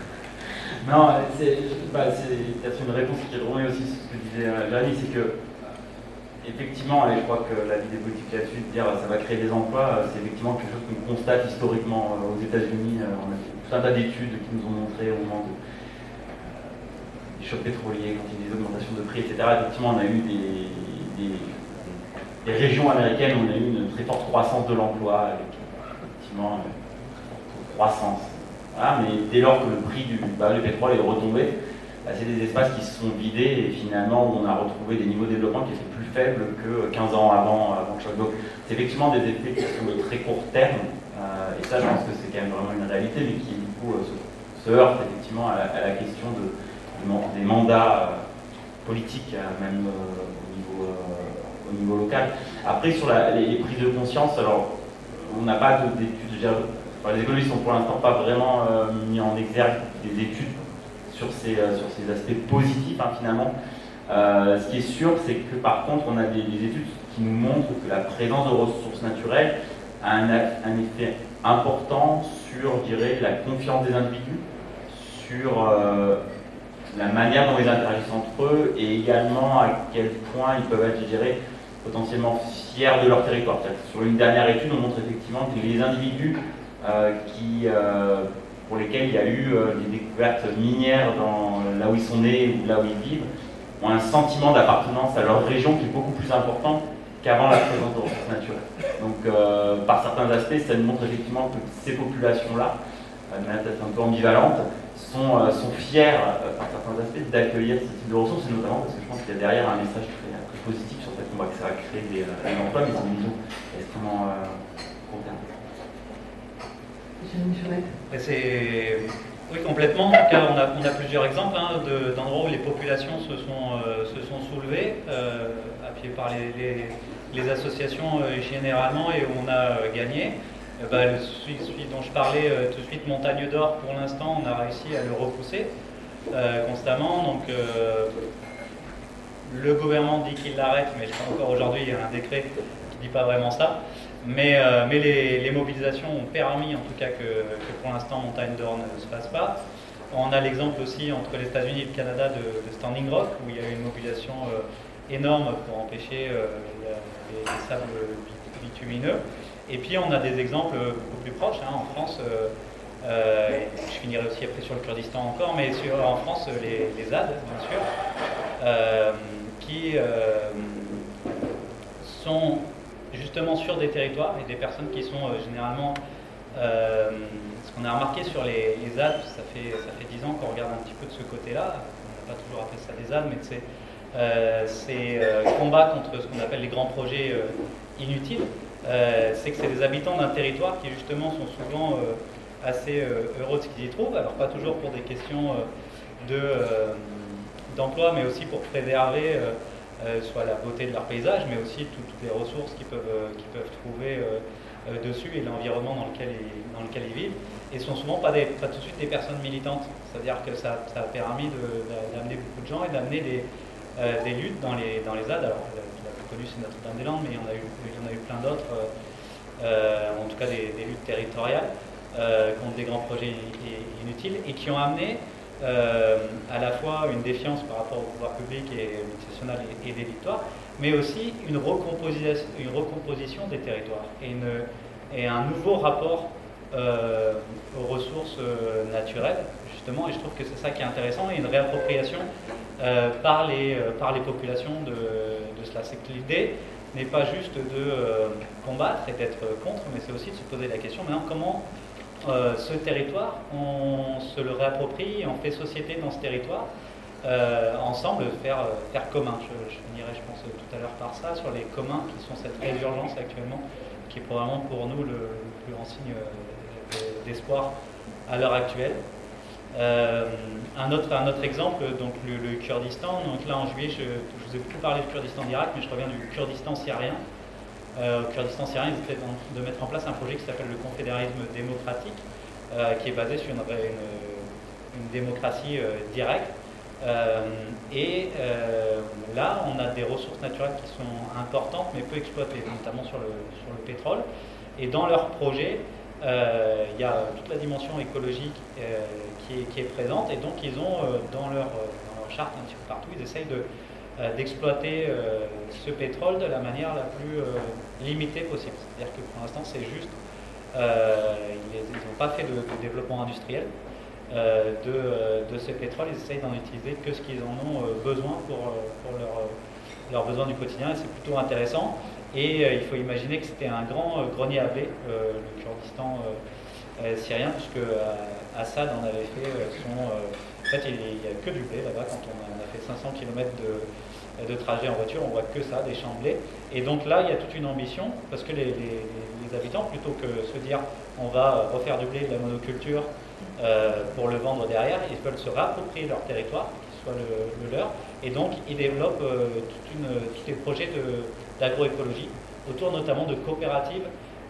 Non, c'est bah, peut-être une réponse qui remet aussi sur ce que disait Jérémy, c'est que, effectivement, et je crois que la vidéo politique là-dessus, de dire ça va créer des emplois, c'est effectivement quelque chose qu'on constate historiquement aux États-Unis. On a tout un tas d'études qui nous ont montré au moment de, euh, des chocs pétroliers, quand il y a des augmentations de prix, et cetera. Effectivement, on a eu des, des, des régions américaines, on a eu une très forte croissance de l'emploi, avec effectivement une forte croissance. Voilà, mais dès lors que le prix du baril de pétrole est retombé, bah, c'est des espaces qui se sont vidés et finalement on a retrouvé des niveaux de développement qui étaient plus faibles que quinze ans avant, avant le choc. Donc c'est effectivement des effets qui sont de très court terme euh, et ça je pense que c'est quand même vraiment une réalité mais qui du coup euh, se, se heurte effectivement à la, à la question de, de, des mandats euh, politiques euh, même euh, au, niveau, euh, au niveau local. Après sur la, les, les prises de conscience, alors on n'a pas d'études. Les économistes sont pour l'instant pas vraiment euh, mis en exergue des études sur ces, euh, sur ces aspects positifs hein, finalement. Euh, ce qui est sûr, c'est que par contre, on a des, des études qui nous montrent que la présence de ressources naturelles a un, un effet important sur, je dirais, la confiance des individus, sur euh, la manière dont ils interagissent entre eux et également à quel point ils peuvent être, je dirais, potentiellement fiers de leur territoire. Sur une dernière étude, on montre effectivement que les individus Euh, qui, euh, pour lesquels il y a eu euh, des découvertes minières dans, là où ils sont nés ou là où ils vivent, ont un sentiment d'appartenance à leur région qui est beaucoup plus important qu'avant la présence de ressources naturelles. Donc, euh, par certains aspects, ça nous montre effectivement que ces populations-là, euh, de manière peut-être un peu ambivalente, sont, euh, sont fiers, euh, par certains aspects, d'accueillir ce type de ressources, et notamment parce que je pense qu'il y a derrière un message très, très positif sur le fait qu'on va que ça va créer des, euh, des emplois, mais c'est une vision extrêmement euh, court terme. C'est oui, complètement. En tout cas, on a, on a plusieurs exemples hein, d'endroits où les populations se sont, euh, se sont soulevées, euh, appuyées par les, les, les associations euh, généralement, et où on a euh, gagné. Euh, bah, le, celui, celui dont je parlais euh, tout de suite, Montagne d'Or, pour l'instant, on a réussi à le repousser euh, constamment. Donc, euh, le gouvernement dit qu'il l'arrête, mais je crois encore aujourd'hui, il y a un décret qui ne dit pas vraiment ça. Mais, euh, mais les, les mobilisations ont permis en tout cas que, que pour l'instant Montagne d'Or ne se fasse pas. On a l'exemple aussi entre les États-Unis et le Canada de, de Standing Rock où il y a eu une mobilisation euh, énorme pour empêcher euh, les, les sables bitumineux. Et puis on a des exemples beaucoup plus proches. Hein, en France, euh, euh, je finirai aussi après sur le Kurdistan encore, mais sur, en France les, les Z A D bien sûr, euh, qui euh, sont justement sur des territoires et des personnes qui sont euh, généralement, euh, ce qu'on a remarqué sur les, les Z A D, ça fait, ça fait dix ans qu'on regarde un petit peu de ce côté-là, on n'a pas toujours appelé ça des Z A D, mais c'est euh, ces euh, combats contre ce qu'on appelle les grands projets euh, inutiles, euh, c'est que c'est des habitants d'un territoire qui justement sont souvent euh, assez euh, heureux de ce qu'ils y trouvent, alors pas toujours pour des questions euh, de, euh, d'emploi, mais aussi pour préserver euh, Euh, soit la beauté de leur paysage, mais aussi tout, toutes les ressources qu'ils peuvent, euh, qu'ils peuvent trouver euh, euh, dessus et l'environnement dans lequel ils, dans lequel ils vivent. Et ce sont souvent pas, des, pas tout de suite des personnes militantes. C'est-à-dire que ça, ça a permis d'amener beaucoup de gens et d'amener des, euh, des luttes dans les, dans les Z A D. Alors, la, la plus connue, c'est Notre-Dame-des-Landes, mais il y en a eu, il y en a eu plein d'autres, euh, en tout cas des, des luttes territoriales euh, contre des grands projets inutiles et qui ont amené Euh, à la fois une défiance par rapport au pouvoir public et national et, et des victoires, mais aussi une recomposition, une recomposition des territoires et, une, et un nouveau rapport euh, aux ressources euh, naturelles, justement, et je trouve que c'est ça qui est intéressant, et une réappropriation euh, par, les, euh, par les populations de, de cela. C'est que l'idée n'est pas juste de euh, combattre et d'être contre, mais c'est aussi de se poser la question, maintenant, comment Euh, ce territoire, on se le réapproprie, on fait société dans ce territoire, euh, ensemble, faire, faire commun. Je, je finirai, je pense, tout à l'heure par ça, sur les communs qui sont cette résurgence actuellement, qui est probablement pour nous le, le plus grand signe d'espoir à l'heure actuelle. Euh, un, autre, un autre exemple, donc le, le Kurdistan. Donc là, en juillet, je, je vous ai beaucoup parlé du Kurdistan d'Irak, mais je reviens du Kurdistan syrien. Euh, au Kurdistan syrien, ils essaient de mettre en place un projet qui s'appelle le confédéralisme démocratique, euh, qui est basé sur une, une, une démocratie euh, directe. Euh, et euh, là, on a des ressources naturelles qui sont importantes mais peu exploitées, notamment sur le, sur le pétrole. Et dans leur projet, euh, il y a toute la dimension écologique euh, qui, est, qui est présente. Et donc, ils ont euh, dans, leur, dans leur charte, un petit peu partout, ils essayent de, euh, d'exploiter euh, ce pétrole de la manière la plus euh, limitée possible. C'est-à-dire que pour l'instant, c'est juste, euh, ils n'ont pas fait de, de développement industriel. Euh, de, euh, de ce pétrole, ils essayent d'en utiliser que ce qu'ils en ont euh, besoin pour, euh, pour leur, euh, leurs besoins du quotidien, et c'est plutôt intéressant. Et euh, il faut imaginer que c'était un grand euh, grenier à blé, euh, le Kurdistan euh, euh, syrien, puisque euh, Assad en avait fait euh, son... Euh, en fait, il n'y a que du blé là-bas. Quand on a, on a fait cinq cents kilomètres de, de trajet en voiture, on voit que ça, des champs de blé. Et donc là, il y a toute une ambition, parce que les, les, les habitants, plutôt que se dire on va refaire du blé, de la monoculture, Euh, pour le vendre derrière, ils veulent se réapproprier leur territoire, qui soit le, le leur, et donc ils développent euh, toute une, tous des projets de, d'agroécologie, autour notamment de coopératives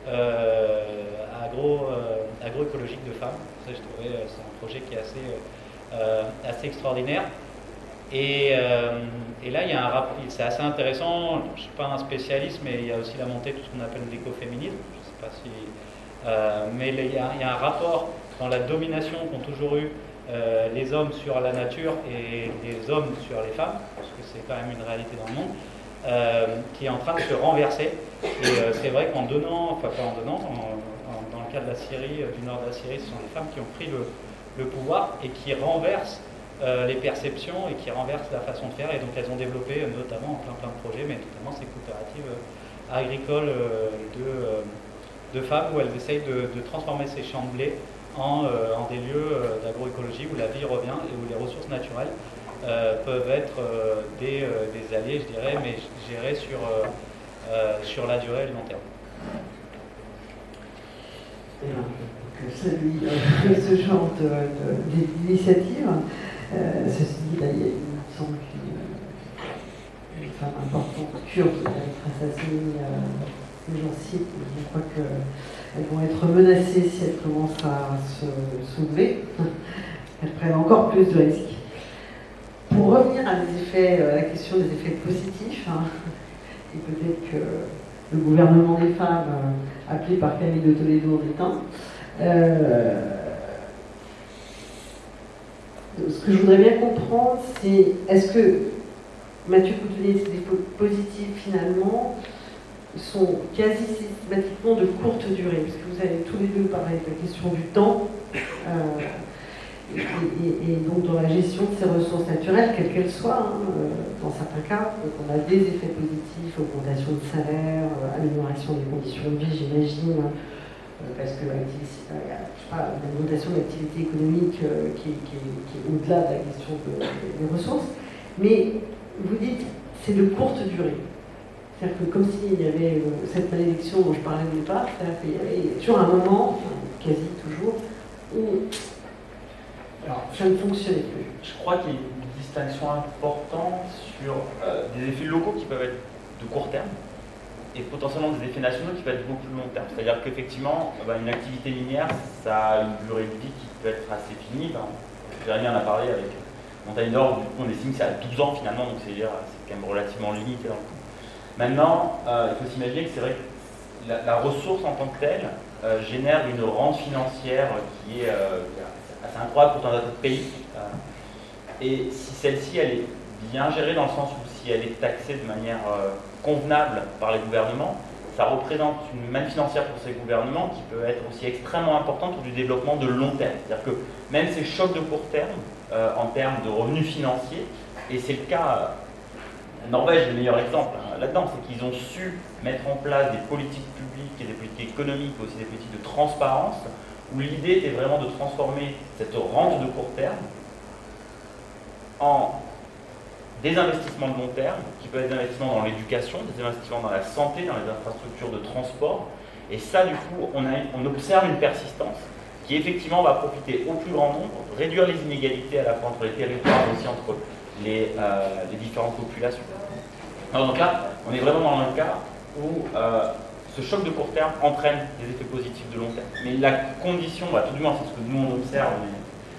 euh, agro, euh, agroécologiques de femmes. Ça, je trouvais, euh, c'est un projet qui est assez, euh, assez extraordinaire. Et, euh, et là, il y a un rapport, c'est assez intéressant. Je ne suis pas un spécialiste, mais il y a aussi la montée de tout ce qu'on appelle l'écoféminisme. Je ne sais pas si, euh, mais il y, a, il y a un rapport dans la domination qu'ont toujours eu euh, les hommes sur la nature et les hommes sur les femmes, parce que c'est quand même une réalité dans le monde, euh, qui est en train de se renverser. Et euh, c'est vrai qu'en donnant, enfin pas en donnant, en, en, dans le cas de la Syrie, euh, du nord de la Syrie, ce sont les femmes qui ont pris le, le pouvoir et qui renversent euh, les perceptions et qui renversent la façon de faire. Et donc elles ont développé euh, notamment plein plein de projets, mais notamment ces coopératives euh, agricoles euh, de, euh, de femmes où elles essayent de, de transformer ces champs de blé En, euh, en des lieux euh, d'agroécologie où la vie revient et où les ressources naturelles euh, peuvent être euh, des, euh, des alliés, je dirais, mais gérés sur, euh, euh, sur la durée et le long terme. Que celui de ce genre de, de, d'initiative, euh, ceci dit, là, il, y a, il me semble qu'une une femme importante kurde qui va être assassinée euh, ces jours-ci, je crois que elles vont être menacées si elles commencent à se soulever. Elles prennent encore plus de risques. Pour revenir à, des effets, à la question des effets positifs, hein, et peut-être que le gouvernement des femmes, euh, appelé par Camille de Toledo en est un, euh, ce que je voudrais bien comprendre, c'est est-ce que Mathieu Coutelier, ces effets positifs finalement sont quasi systématiquement de courte durée, parce que vous avez tous les deux parlé de la question du temps, euh, et, et, et donc dans la gestion de ces ressources naturelles, quelles qu'elles soient, hein, euh, dans certains cas, donc on a des effets positifs, augmentation de salaire, euh, amélioration des conditions de vie, j'imagine, euh, parce que euh, je sais pas, une augmentation de l'activité économique euh, qui, qui, qui est au-delà de la question de, de, des ressources, mais vous dites c'est de courte durée. C'est-à-dire que comme s'il y avait euh, cette malédiction dont je parlais au départ, c'est-à-dire qu'il y avait toujours un moment, enfin, quasi toujours, où alors, ça ne fonctionnait plus. Je crois qu'il y a une distinction importante sur euh, des effets locaux qui peuvent être de court terme et potentiellement des effets nationaux qui peuvent être beaucoup plus long terme. C'est-à-dire qu'effectivement, bah, une activité minière, ça a une durée de vie qui peut être assez finie. Ben, Jérémy en a parlé avec Montagne d'Or, du coup on estime que c'est à douze ans finalement, donc c'est quand même relativement limité dans le temps. Maintenant, euh, il faut s'imaginer que c'est vrai que la, la ressource en tant que telle euh, génère une rente financière qui est euh, assez incroyable pour un tas de pays. Euh, et si celle-ci, elle est bien gérée dans le sens où si elle est taxée de manière euh, convenable par les gouvernements, ça représente une manne financière pour ces gouvernements qui peut être aussi extrêmement importante pour du développement de long terme. C'est-à-dire que même ces chocs de court terme, euh, en termes de revenus financiers, et c'est le cas... La Norvège est le meilleur exemple hein, là-dedans, c'est qu'ils ont su mettre en place des politiques publiques et des politiques économiques, mais aussi des politiques de transparence, où l'idée était vraiment de transformer cette rente de court terme en des investissements de long terme, qui peuvent être des investissements dans l'éducation, des investissements dans la santé, dans les infrastructures de transport. Et ça, du coup, on, a, on observe une persistance qui effectivement va profiter au plus grand nombre, réduire les inégalités à la fois entre les territoires, mais aussi entre les, euh, les différentes populations. Alors, donc là, on est vraiment dans un cas où euh, ce choc de court terme entraîne des effets positifs de long terme. Mais la condition, bah, tout du moins c'est ce que nous on observe, mais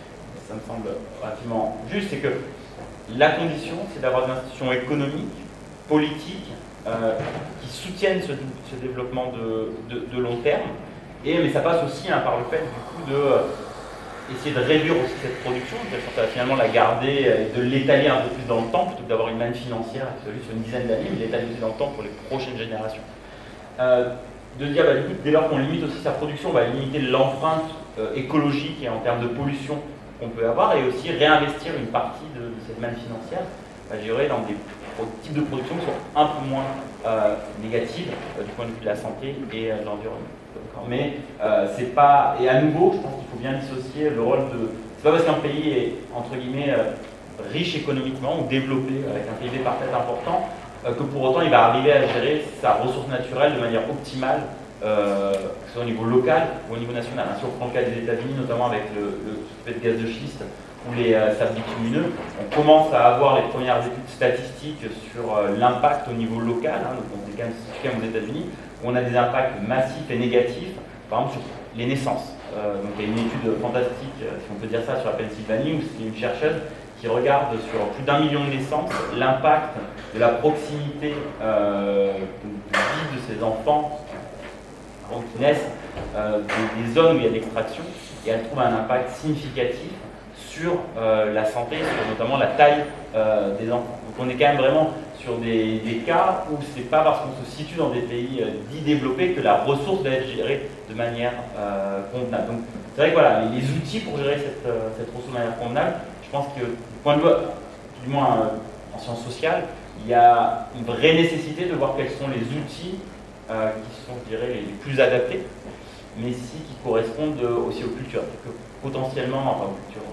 ça me semble relativement juste, c'est que la condition, c'est d'avoir des institutions économiques, politiques, euh, qui soutiennent ce, ce développement de, de, de long terme. Et, mais ça passe aussi hein, par le fait du coup, de euh, essayer de réduire aussi cette production, de sorte à finalement la garder et de l'étaler un peu plus dans le temps, plutôt que d'avoir une manne financière qui soit juste sur une dizaine d'années, mais l'étaler aussi dans le temps pour les prochaines générations. Euh, de dire, bah, du coup, dès lors qu'on limite aussi sa production, on va limiter l'empreinte euh, écologique et en termes de pollution qu'on peut avoir, et aussi réinvestir une partie de, de cette manne financière, bah, je dirais, dans des types de production qui sont un peu moins euh, négatives euh, du point de vue de la santé et euh, de l'environnement. Mais euh, c'est pas, et à nouveau, je pense qu'il faut bien dissocier le rôle de, c'est pas parce qu'un pays est, entre guillemets, euh, riche économiquement ou développé, avec un P I B par tête important, que pour autant il va arriver à gérer sa ressource naturelle de manière optimale, euh, que ce soit au niveau local ou au niveau national. Si on prend le cas des États-Unis, notamment avec le, le de gaz de schiste ou les euh, sables bitumineux, on commence à avoir les premières études statistiques sur euh, l'impact au niveau local, hein, donc on est quand même, quand même aux États-Unis, où on a des impacts massifs et négatifs, par exemple sur les naissances. Euh, donc il y a une étude fantastique, si on peut dire ça, sur la Pennsylvanie, où c'est une chercheuse qui regarde sur plus d'un million de naissances l'impact de la proximité euh, de, de vie de ces enfants avant qu'ils naissent, euh, des, des zones où il y a l'extraction, et elle trouve un impact significatif sur euh, la santé, sur notamment la taille euh, des enfants. Donc on est quand même vraiment sur des, des cas où c'est pas parce qu'on se situe dans des pays euh, dits développés que la ressource va être gérée de manière euh, convenable. Donc c'est vrai que voilà, les, les outils pour gérer cette, euh, cette ressource de manière convenable, je pense que, du point de vue, du moins euh, en sciences sociales, il y a une vraie nécessité de voir quels sont les outils euh, qui sont, je dirais, les plus adaptés, mais aussi qui correspondent aussi aux cultures. Que potentiellement, enfin aux cultures,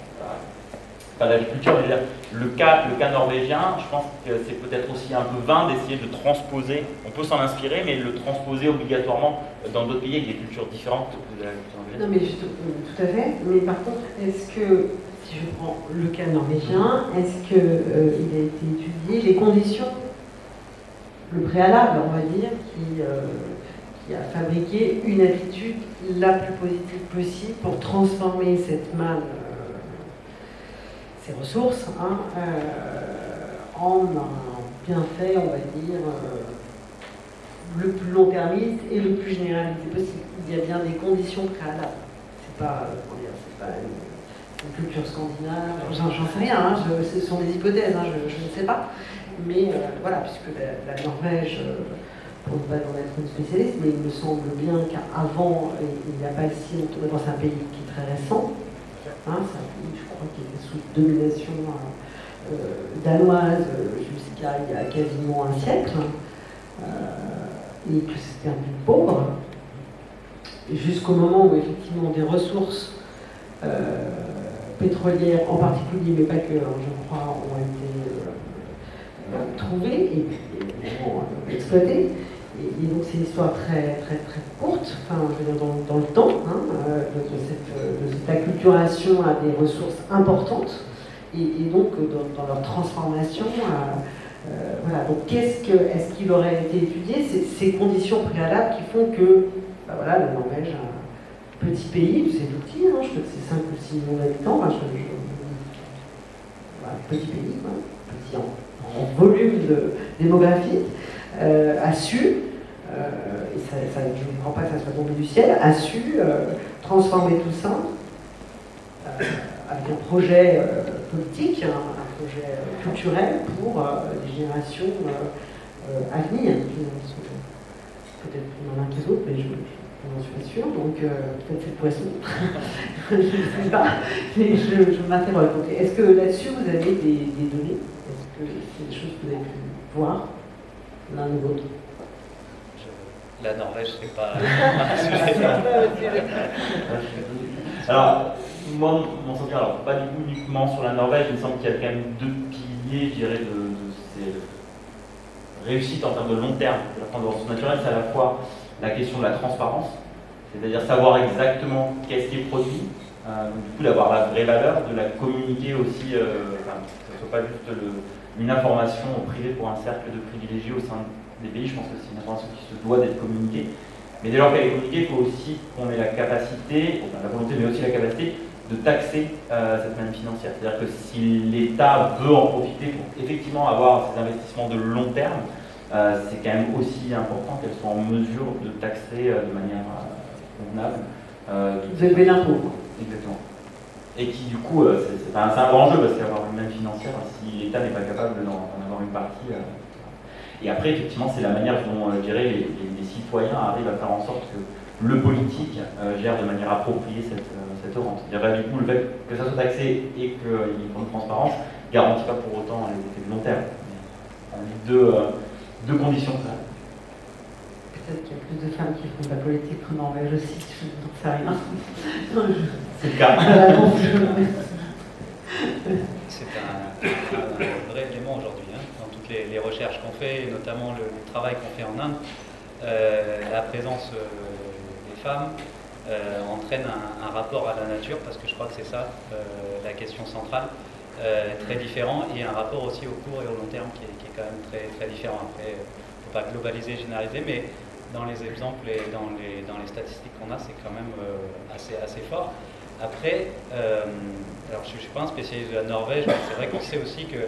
pas l'agriculture, mais le cas, le cas norvégien, je pense que c'est peut-être aussi un peu vain d'essayer de transposer, on peut s'en inspirer, mais le transposer obligatoirement dans d'autres pays avec des cultures différentes de la culture norvégienne. Non mais juste, tout à fait, mais par contre, est-ce que, si je prends le cas norvégien, est-ce qu'il euh, a été étudié les conditions, le préalable, on va dire, qui, euh, qui a fabriqué une attitude la plus positive possible pour transformer cette manne, euh, ces ressources, hein, euh, en un bienfait, on va dire, euh, le plus long-termiste et le plus généralisé possible. Il y a bien des conditions préalables. C'est pas, euh, comment dire, c'est pas une, une culture scandinave, j'en sais rien, hein, je, ce sont des hypothèses, hein, je, je ne sais pas. Mais euh, voilà, puisque la, la Norvège, euh, pour ne pas en être une spécialiste, mais il me semble bien qu'avant, il n'y a pas si longtemps, c'est un pays qui est très récent, hein, c'est un pays, je crois, qui était sous domination euh, danoise jusqu'à il y a quasiment un siècle, euh, et que c'était un pays pauvre, jusqu'au moment où effectivement des ressources euh, pétrolières en particulier, mais pas que, hein, je crois, ont été euh, trouvées et, et, et euh, exploitées. Et, et donc c'est une histoire très, très, très courte, enfin, je veux dire, dans, dans le temps, hein, euh, de, de, cette, de cette acculturation à des ressources importantes, et, et donc dans, dans leur transformation. Euh, euh, voilà. Donc qu'est-ce que, est-ce qu'il aurait été étudié, ces, ces conditions préalables qui font que, ben voilà, la Norvège, un petit pays, c'est tout petit, hein, je crois que c'est cinq ou six millions d'habitants, enfin, je, je, voilà, petit pays, hein, petit en, en volume de, démographique, euh, a su, euh, et ça, ça, je ne crois pas que ça soit tombé du ciel, a su euh, transformer tout ça euh, avec un projet euh, politique, hein, un projet euh, culturel pour euh, les générations euh, euh, à venir, qui sont peut-être plus malins que les autres, mais je n'en suis pas sûre, donc euh, peut-être c'est le poisson, je ne sais pas, mais je, je m'interroge. Est-ce que là-dessus vous avez des, des données? Est-ce que c'est des choses que vous avez pu voir l'un ou l'autre? La Norvège, c'est pas. Alors, moi, mon sentiment, alors pas du coup uniquement sur la Norvège, il me semble qu'il y a quand même deux piliers, je dirais, de, de ces réussites en termes de long terme de la fin de ressources naturelles. C'est à la fois la question de la transparence, c'est-à-dire savoir exactement qu'est-ce qui est produit, euh, donc, du coup d'avoir la vraie valeur, de la communiquer aussi, euh, enfin, que ce ne soit pas juste le, une information privée pour un cercle de privilégiés au sein des pays. Je pense que c'est une information qui se doit d'être communiquée. Mais dès lors qu'elle est communiquée, il faut aussi qu'on ait la capacité, enfin, la volonté, mais aussi la capacité de taxer euh, cette manne financière. C'est-à-dire que si l'État veut en profiter pour effectivement avoir ces investissements de long terme, euh, c'est quand même aussi important qu'elles soient en mesure de taxer euh, de manière euh, convenable. Euh, Vous élevez l'impôt. Exactement. Et qui du coup, euh, c'est un, un grand enjeu parce qu'avoir une manne financière, si l'État n'est pas capable d'en avoir une partie. Euh, et après, effectivement, c'est la manière dont, euh, je dirais, les, les, les citoyens arrivent à faire en sorte que le politique euh, gère de manière appropriée cette, euh, cette rente. Il y a, du coup, le fait que ça soit taxé et qu'il y ait une grande transparence ne garantit pas pour autant les effets de long terme. On a deux, euh, deux conditions que ça. Peut-être qu'il y a plus de femmes qui font de la politique en Norvège aussi, je n'en sais rien. C'est le cas. C'est un, un vrai élément aujourd'hui, hein, dans toutes les, les recherches qu'on fait, et notamment le, le travail qu'on fait en Inde. Euh, la présence euh, des femmes euh, entraîne un, un rapport à la nature, parce que je crois que c'est ça euh, la question centrale, euh, très différent, et un rapport aussi au court et au long terme qui est, qui est quand même très, très différent. Après, il ne faut pas globaliser, généraliser, mais dans les exemples et dans les, dans les statistiques qu'on a, c'est quand même euh, assez, assez fort. Après, euh, alors je ne suis pas un spécialiste de la Norvège, mais c'est vrai qu'on sait aussi que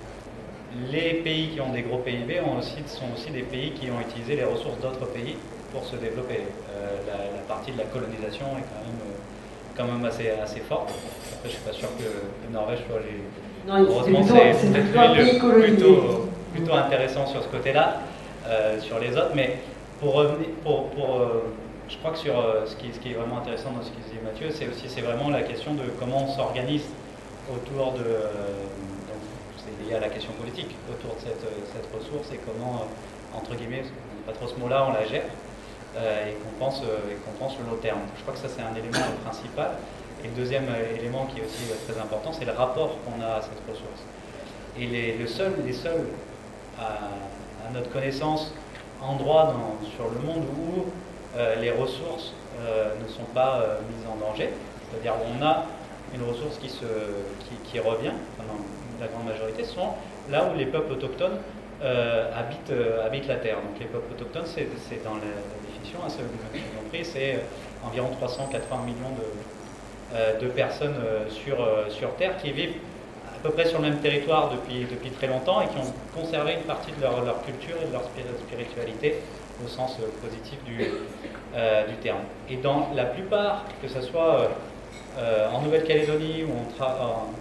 les pays qui ont des gros P I B ont aussi, sont aussi des pays qui ont utilisé les ressources d'autres pays pour se développer. Euh, la, la partie de la colonisation est quand même, euh, quand même assez, assez forte. Après, je ne suis pas sûr que la Norvège soit les... Non, heureusement, c'est peut-être un pays plutôt, plutôt intéressant sur ce côté-là, euh, sur les autres. Mais pour revenir, pour, pour, euh, je crois que sur euh, ce, qui, ce qui est vraiment intéressant dans ce qu'il disait Mathieu, c'est aussi c'est vraiment la question de comment on s'organise autour de... Euh, c'est lié à la question politique autour de cette, cette ressource et comment, euh, entre guillemets, on n'a pas trop ce mot-là, on la gère euh, et qu'on pense, euh, et qu'on pense le long terme. Je crois que ça c'est un élément principal. Et le deuxième élément qui est aussi très important, c'est le rapport qu'on a à cette ressource. Et les, le seul, les seuls, à, à notre connaissance, endroits dans, sur le monde où euh, les ressources euh, ne sont pas euh, mises en danger, c'est-à-dire où on a une ressource qui, se, qui, qui revient, enfin, la grande majorité, sont là où les peuples autochtones euh, habitent, euh, habitent la terre. Donc les peuples autochtones, c'est dans la, la définition, hein, compris, c'est environ trois cent quatre-vingts millions de, euh, de personnes euh, sur, euh, sur Terre qui vivent à peu près sur le même territoire depuis, depuis très longtemps et qui ont conservé une partie de leur, leur culture et de leur spiritualité au sens euh, positif du, euh, du terme. Et dans la plupart, que ce soit euh, euh, en Nouvelle-Calédonie, où on travaille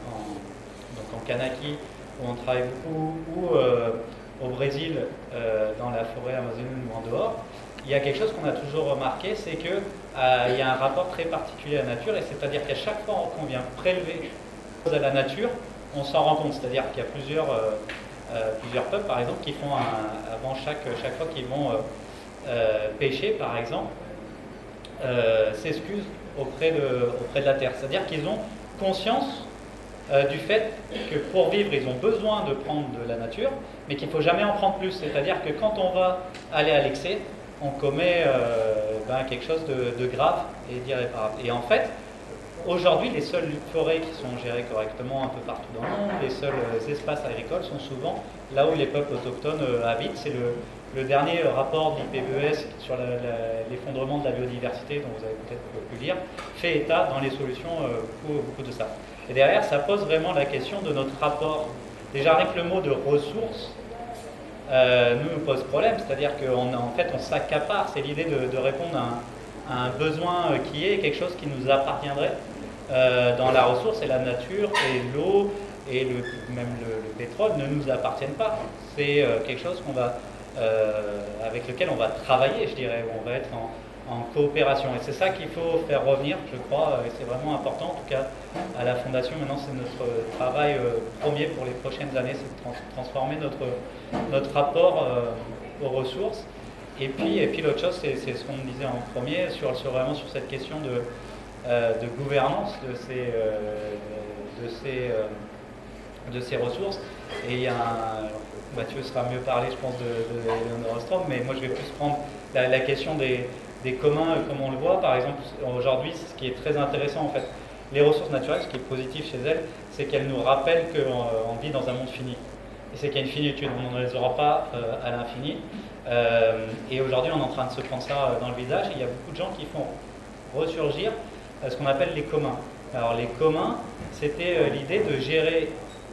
en Kanaki, où on travaille beaucoup, ou euh, au Brésil, euh, dans la forêt amazonienne ou en dehors, il y a quelque chose qu'on a toujours remarqué, c'est qu'il euh, y a un rapport très particulier à la nature, et c'est-à-dire qu'à chaque fois qu'on vient prélever à la nature, on s'en rend compte. C'est-à-dire qu'il y a plusieurs, euh, euh, plusieurs peuples, par exemple, qui font, un, avant chaque, chaque fois qu'ils vont euh, euh, pêcher, par exemple, euh, s'excusent auprès de, auprès de la terre. C'est-à-dire qu'ils ont conscience Euh, du fait que pour vivre, ils ont besoin de prendre de la nature, mais qu'il ne faut jamais en prendre plus. C'est-à-dire que quand on va aller à l'excès, on commet euh, ben, quelque chose de, de grave et d'irréparable. Et en fait, aujourd'hui, les seules forêts qui sont gérées correctement un peu partout dans le monde, les seuls espaces agricoles sont souvent là où les peuples autochtones euh, habitent. C'est le, le dernier rapport d'I P B E S sur l'effondrement de la biodiversité, dont vous avez peut-être pu lire, fait état dans les solutions euh, beaucoup, beaucoup de ça. Et derrière, ça pose vraiment la question de notre rapport. Déjà, rien que le mot de ressources euh, nous, nous pose problème, c'est-à-dire qu'en en fait, on s'accapare. C'est l'idée de, de répondre à un, à un besoin qui est quelque chose qui nous appartiendrait euh, dans la ressource, et la nature, et l'eau, et le, même le, le pétrole ne nous appartiennent pas. C'est euh, quelque chose qu'on va, euh, avec lequel on va travailler, je dirais, où on va être en, en coopération. Et c'est ça qu'il faut faire revenir, je crois, et c'est vraiment important, en tout cas, à la Fondation. Maintenant, c'est notre travail euh, premier pour les prochaines années, c'est de trans transformer notre, notre rapport euh, aux ressources. Et puis, et puis l'autre chose, c'est ce qu'on disait en premier, sur, sur, vraiment sur cette question de, euh, de gouvernance de ces, euh, de, ces, euh, de ces ressources. Et il y a un, Mathieu sera mieux parlé, je pense, de, de Elinor Ostrom, mais moi je vais plus prendre la, la question des, des communs, comme on le voit. Par exemple, aujourd'hui, ce qui est très intéressant, en fait, les ressources naturelles, ce qui est positif chez elles, c'est qu'elles nous rappellent qu'on vit dans un monde fini. Et c'est qu'il y a une finitude, on ne les aura pas euh, à l'infini. Euh, et aujourd'hui, on est en train de se prendre ça dans le visage. Et il y a beaucoup de gens qui font ressurgir euh, ce qu'on appelle les communs. Alors les communs, c'était euh, l'idée de gérer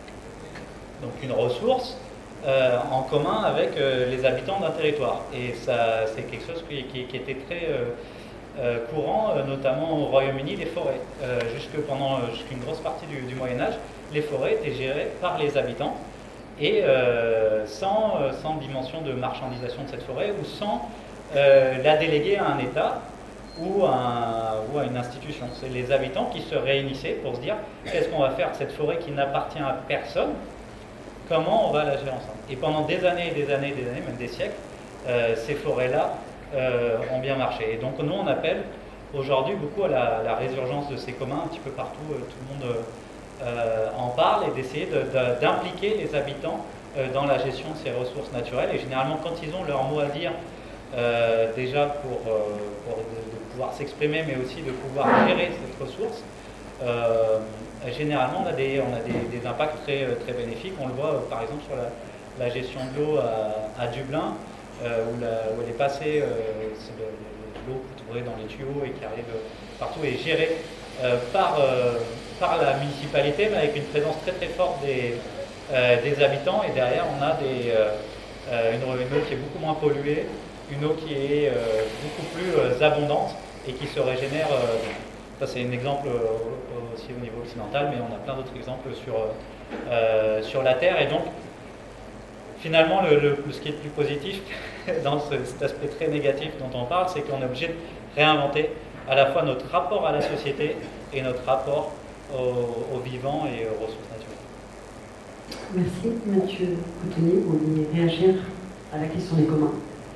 donc, une ressource euh, en commun avec euh, les habitants d'un territoire. Et ça, c'est quelque chose qui, qui, qui était très euh, euh, courant, euh, notamment au Royaume-Uni, les forêts. Euh, jusque pendant euh, jusqu'une grosse partie du, du Moyen-Âge, les forêts étaient gérées par les habitants et euh, sans, euh, sans dimension de marchandisation de cette forêt ou sans euh, la déléguer à un État ou à, ou à une institution. C'est les habitants qui se réunissaient pour se dire qu'est-ce qu'on va faire de cette forêt qui n'appartient à personne, comment on va la gérer ensemble. Et pendant des années et des années, des années, même des siècles, euh, ces forêts-là euh, ont bien marché. Et donc nous, on appelle aujourd'hui beaucoup à la, la résurgence de ces communs, un petit peu partout, euh, tout le monde euh, en parle, et d'essayer de, de, d'impliquer les habitants euh, dans la gestion de ces ressources naturelles. Et généralement, quand ils ont leur mot à dire, euh, déjà pour, euh, pour de, de pouvoir s'exprimer, mais aussi de pouvoir gérer cette ressource, euh, généralement, on a des, on a des, des impacts très, très bénéfiques. On le voit, euh, par exemple, sur la, la gestion de l'eau à, à Dublin, euh, où, la, où elle est passée, euh, c'est le, l'eau qui tournait dans les tuyaux et qui arrive partout, et gérée euh, par, euh, par la municipalité, mais avec une présence très très forte des, euh, des habitants. Et derrière, on a des, euh, une, une eau qui est beaucoup moins polluée, une eau qui est euh, beaucoup plus euh, abondante et qui se régénère. Euh, ça, c'est un exemple euh, aussi au niveau occidental, mais on a plein d'autres exemples sur, euh, sur la Terre. Et donc, finalement, le, le, ce qui est le plus positif dans ce, cet aspect très négatif dont on parle, c'est qu'on est obligé de réinventer à la fois notre rapport à la société et notre rapport aux, aux vivants et aux ressources naturelles. Merci. Mathieu Coutenier, vous voulez réagir à la question des communs?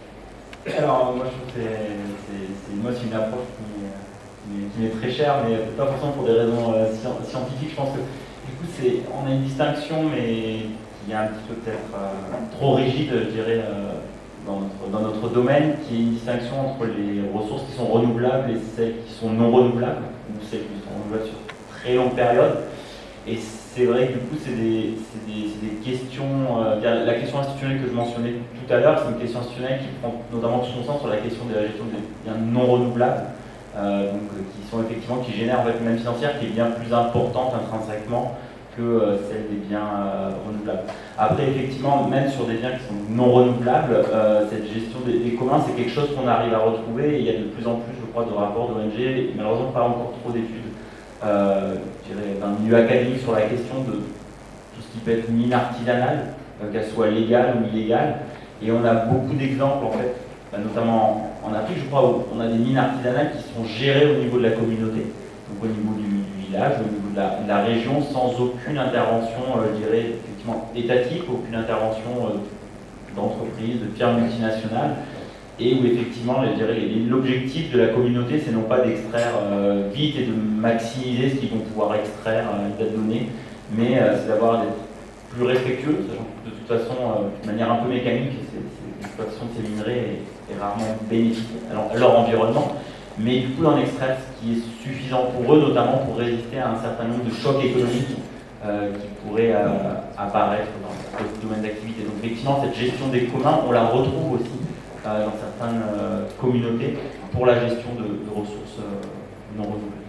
Alors, moi, je trouve que c'est moi, c'est une approche qui, qui, qui m'est très chère, mais pas forcément pour des raisons euh, scientifiques. Je pense que, du coup, c'est, on a une distinction, mais qui est un petit peu peut-être euh, trop rigide, je dirais, euh, dans, notre, dans notre domaine, qui est une distinction entre les ressources qui sont renouvelables et celles qui sont non renouvelables, ou celles qui sont renouvelables sur très longue période. Et c'est vrai que du coup, c'est des, des, des questions, euh, la question institutionnelle que je mentionnais tout à l'heure, c'est une question institutionnelle qui prend notamment tout son sens sur la question de la gestion des biens non renouvelables, euh, donc, qui sont effectivement, qui génèrent en fait une manne financière qui est bien plus importante intrinsèquement que euh, celle des biens euh, renouvelables. Après, effectivement, même sur des biens qui sont non renouvelables, euh, cette gestion des, des communs, c'est quelque chose qu'on arrive à retrouver, et il y a de plus en plus, je crois, de rapports d'O N G, et malheureusement pas encore trop d'études Euh, je dirais, d'un milieu académique sur la question de tout ce qui peut être mine artisanale, euh, qu'elle soit légale ou illégale. Et on a beaucoup d'exemples, en fait, bah, notamment en Afrique, je crois, où on a des mines artisanales qui sont gérées au niveau de la communauté, donc au niveau du, du village, au niveau de la, de la région, sans aucune intervention, euh, je dirais, effectivement, étatique, aucune intervention euh, d'entreprise, de firme multinationale. Et où effectivement, je dirais, l'objectif de la communauté, c'est non pas d'extraire euh, vite et de maximiser ce qu'ils vont pouvoir extraire à l'état de données, mais euh, c'est d'avoir d'être plus respectueux, sachant que de toute façon, euh, de manière un peu mécanique, l'exploitation de ces minerais est, est rarement bénéfique à leur environnement, mais du coup d'en extraire ce qui est suffisant pour eux, notamment pour résister à un certain nombre de chocs économiques euh, qui pourraient euh, apparaître dans ce domaine d'activité. Donc effectivement, cette gestion des communs, on la retrouve aussi dans certaines euh, communautés pour la gestion de, de ressources euh, non renouvelables.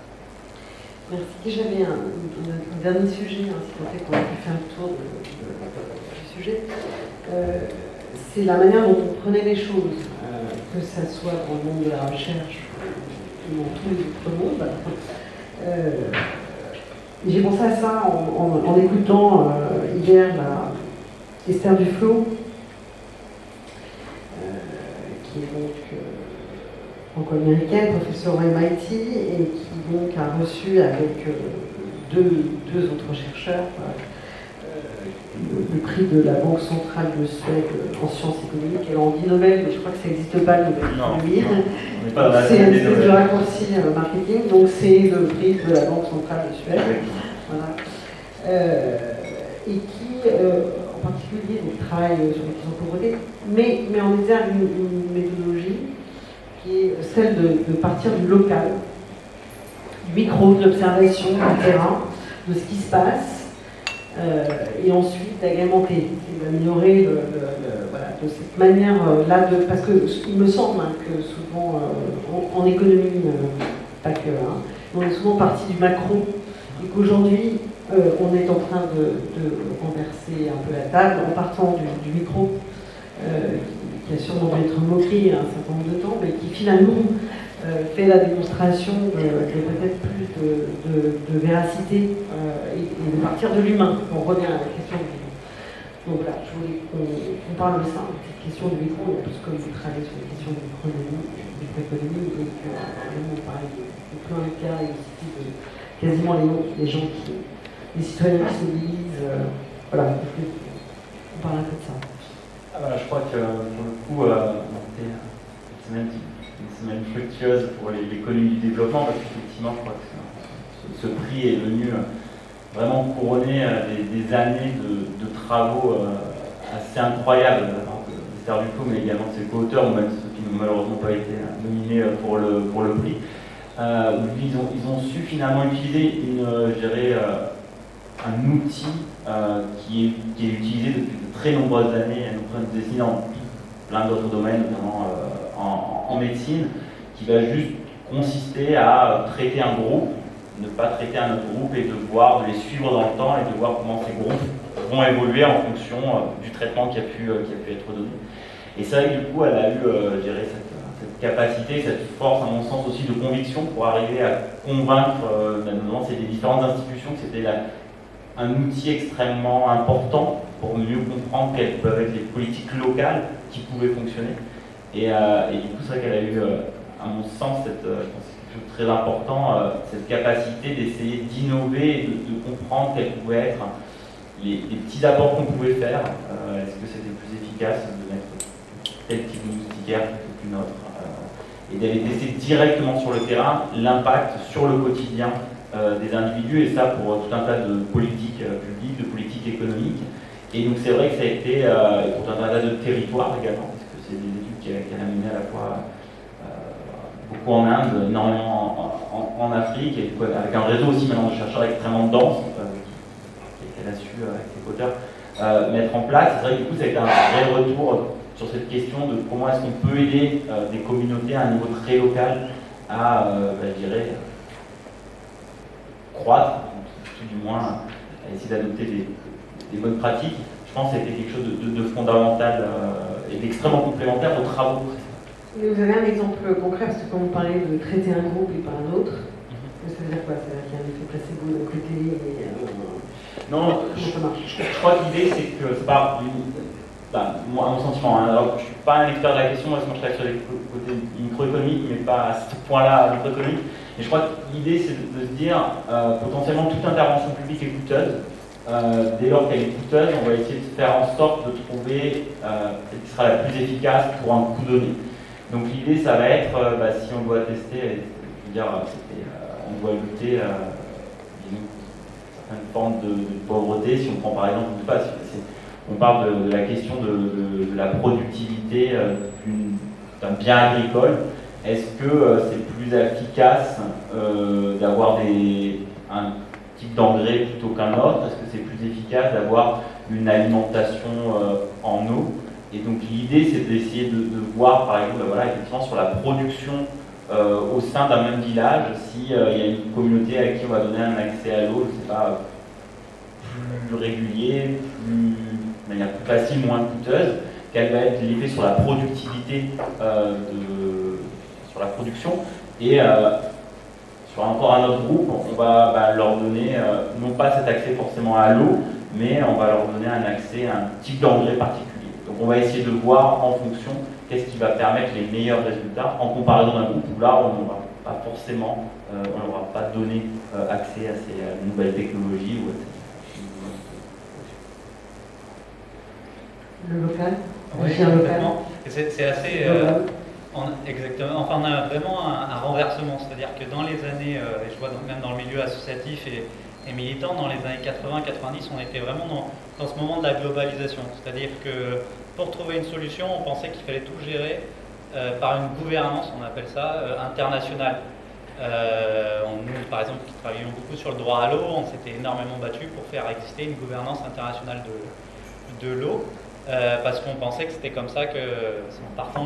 Merci. J'avais un, un, un dernier sujet, hein, si on fait qu'on a pu faire le tour de, de, du sujet. Euh, c'est la manière dont on prenait les choses, euh, que ce soit dans le monde de la recherche ou dans tous les autres mondes. Euh, J'ai pensé à ça en, en, en écoutant euh, hier la, Esther Duflo, qui est donc euh, franco-américaine, professeure au M I T, et qui donc a reçu avec euh, deux, deux autres chercheurs euh, le, le prix de la Banque centrale de Suède en sciences économiques. Elle a envie Nobel, mais je crois que ça n'existe pas, le Nobel. C'est un espèce de raccourci euh, marketing, donc c'est le prix de la Banque centrale de Suède. Voilà. Euh, et qui, euh, en particulier, donc, travaille sur la question de pauvreté, mais, mais en exergue une, une méthodologie qui est celle de, de partir du local, du micro, de l'observation, du terrain, de ce qui se passe, euh, et ensuite d'agrémenter, d'améliorer le, le, le, voilà, de cette manière-là, de, parce qu'il me semble hein, que souvent, euh, en, en économie, euh, pas que, hein, On est souvent parti du macro et qu'aujourd'hui, euh, on est en train de, de renverser un peu la table en partant du, du micro, euh, qui, qui a sûrement dû être moqué un certain nombre de temps, mais qui finalement euh, fait la démonstration de, de peut-être plus de, de, de véracité euh, et, et de partir de l'humain. On revient à la question du vivant. Donc là, je voulais qu'on qu parle de ça, cette question du micro, parce que vous travaillez sur la question de l'économie, et que euh, on parlait de, de plein de cas et aussi de quasiment les, les gens qui, les citoyens qui se mobilisent. Euh, voilà, on parle un peu de ça. Ah bah, je crois que pour le coup, euh, c'était une semaine, une semaine fructueuse pour l'économie du développement, parce qu'effectivement, je crois que ce, ce prix est venu vraiment couronner des, des années de, de travaux euh, assez incroyables de Esther Duflo, mais également de ses co-auteurs, ou même ceux qui n'ont malheureusement pas été nominés pour le, pour le prix. Euh, ils, ont, ils ont su finalement utiliser une, je dirais, euh, un outil euh, qui, est, qui est utilisé depuis de très nombreuses années, nombreuses décennies dans plein d'autres domaines, notamment euh, en, en médecine, qui va juste consister à traiter un groupe, ne pas traiter un autre groupe et de voir, de les suivre dans le temps et de voir comment ces groupes vont évoluer en fonction euh, du traitement qui a, pu, euh, qui a pu être donné. Et c'est vrai que du coup, elle a eu, euh, je dirais, cette, cette capacité, cette force, à mon sens, aussi de conviction pour arriver à convaincre, euh, notamment, c'est des différentes institutions, que c'était un outil extrêmement important pour mieux comprendre quelles peuvent être les politiques locales qui pouvaient fonctionner. Et, euh, et du coup, c'est vrai qu'elle a eu, euh, à mon sens, cette, euh, je pense, très important, euh, cette capacité d'essayer d'innover et de, de comprendre quels pouvaient être les, les petits apports qu'on pouvait faire. Euh, Est-ce que c'était plus efficace de mettre tel type de moustiquaire plutôt qu'une autre euh, et d'aller tester directement sur le terrain l'impact sur le quotidien euh, des individus, et ça pour tout un tas de politiques euh, publiques, de politiques économiques. Et donc c'est vrai que ça a été, euh, pour tout un tas de territoires également, parce que c'est des études qu'elle a menées à la fois beaucoup en Inde, énormément en, en, en Afrique, et avec un réseau aussi maintenant de chercheurs extrêmement dense, euh, qu'elle a su, euh, avec ses co-auteurs, euh, mettre en place. C'est vrai que du coup, ça a été un vrai retour sur cette question de comment est-ce qu'on peut aider euh, des communautés à un niveau très local à, euh, bah, je dirais, croître, tout du moins à essayer d'adopter des, des bonnes pratiques. Je pense que ça a été quelque chose de, de, de fondamental euh, et d'extrêmement complémentaire aux travaux. Mais vous avez un exemple concret, parce que quand vous parlez de traiter un groupe et pas un autre, mm-hmm. ça veut dire quoi? Ça veut dire qu'il y a un effet placebo d'un côté et... Euh, non, je, je, je crois que l'idée c'est que c'est pas... Bah, moi, à mon sentiment, hein, alors, je ne suis pas un expert de la question, parce que moi je travaille sur les côtés microéconomiques, mais pas à ce point-là microéconomique. Et je crois que l'idée c'est de, de se dire, euh, potentiellement toute intervention publique est coûteuse. Euh, dès lors qu'elle est coûteuse, on va essayer de faire en sorte de trouver euh, celle qui sera la plus efficace pour un coût donné. Donc l'idée, ça va être, euh, bah, si on doit tester, je veux dire, euh, on doit lutter euh, une certaine forme de, de pauvreté. Si on prend par exemple, je sais pas, si on parle de, de la question de, de, de la productivité euh, d'un bien agricole, est-ce que euh, c'est plus efficace euh, d'avoir un type d'engrais plutôt qu'un autre? Est-ce que c'est plus efficace d'avoir une alimentation euh, en eau? Et donc l'idée, c'est d'essayer de, de voir, par exemple, voilà, effectivement, sur la production euh, au sein d'un même village, s'il euh, y a une communauté à qui on va donner un accès à l'eau, je ne sais pas, plus régulier, plus, de manière plus facile, moins coûteuse, quel va être l'effet sur la productivité, euh, de, sur la production, et euh, sur encore un autre groupe, on va bah, leur donner, euh, non pas cet accès forcément à l'eau, mais on va leur donner un accès à un type d'engrais particulier. Donc on va essayer de voir en fonction qu'est-ce qui va permettre les meilleurs résultats en comparaison d'un groupe où là on n'aura pas forcément, euh, on n'aura pas donné euh, accès à ces euh, nouvelles technologies. Ou à ces... Le local. Oui, complètement. C'est assez... Euh, on, exactement. Enfin, on a vraiment un, un renversement. C'est-à-dire que dans les années, euh, et je vois donc même dans le milieu associatif et, et militant, dans les années quatre-vingts quatre-vingt-dix, on était vraiment dans, dans ce moment de la globalisation. C'est-à-dire que pour trouver une solution, on pensait qu'il fallait tout gérer euh, par une gouvernance, on appelle ça, euh, internationale. Euh, on, nous, par exemple, qui travaillions beaucoup sur le droit à l'eau, on s'était énormément battu pour faire exister une gouvernance internationale de, de l'eau. Euh, parce qu'on pensait que c'était comme ça que, en partant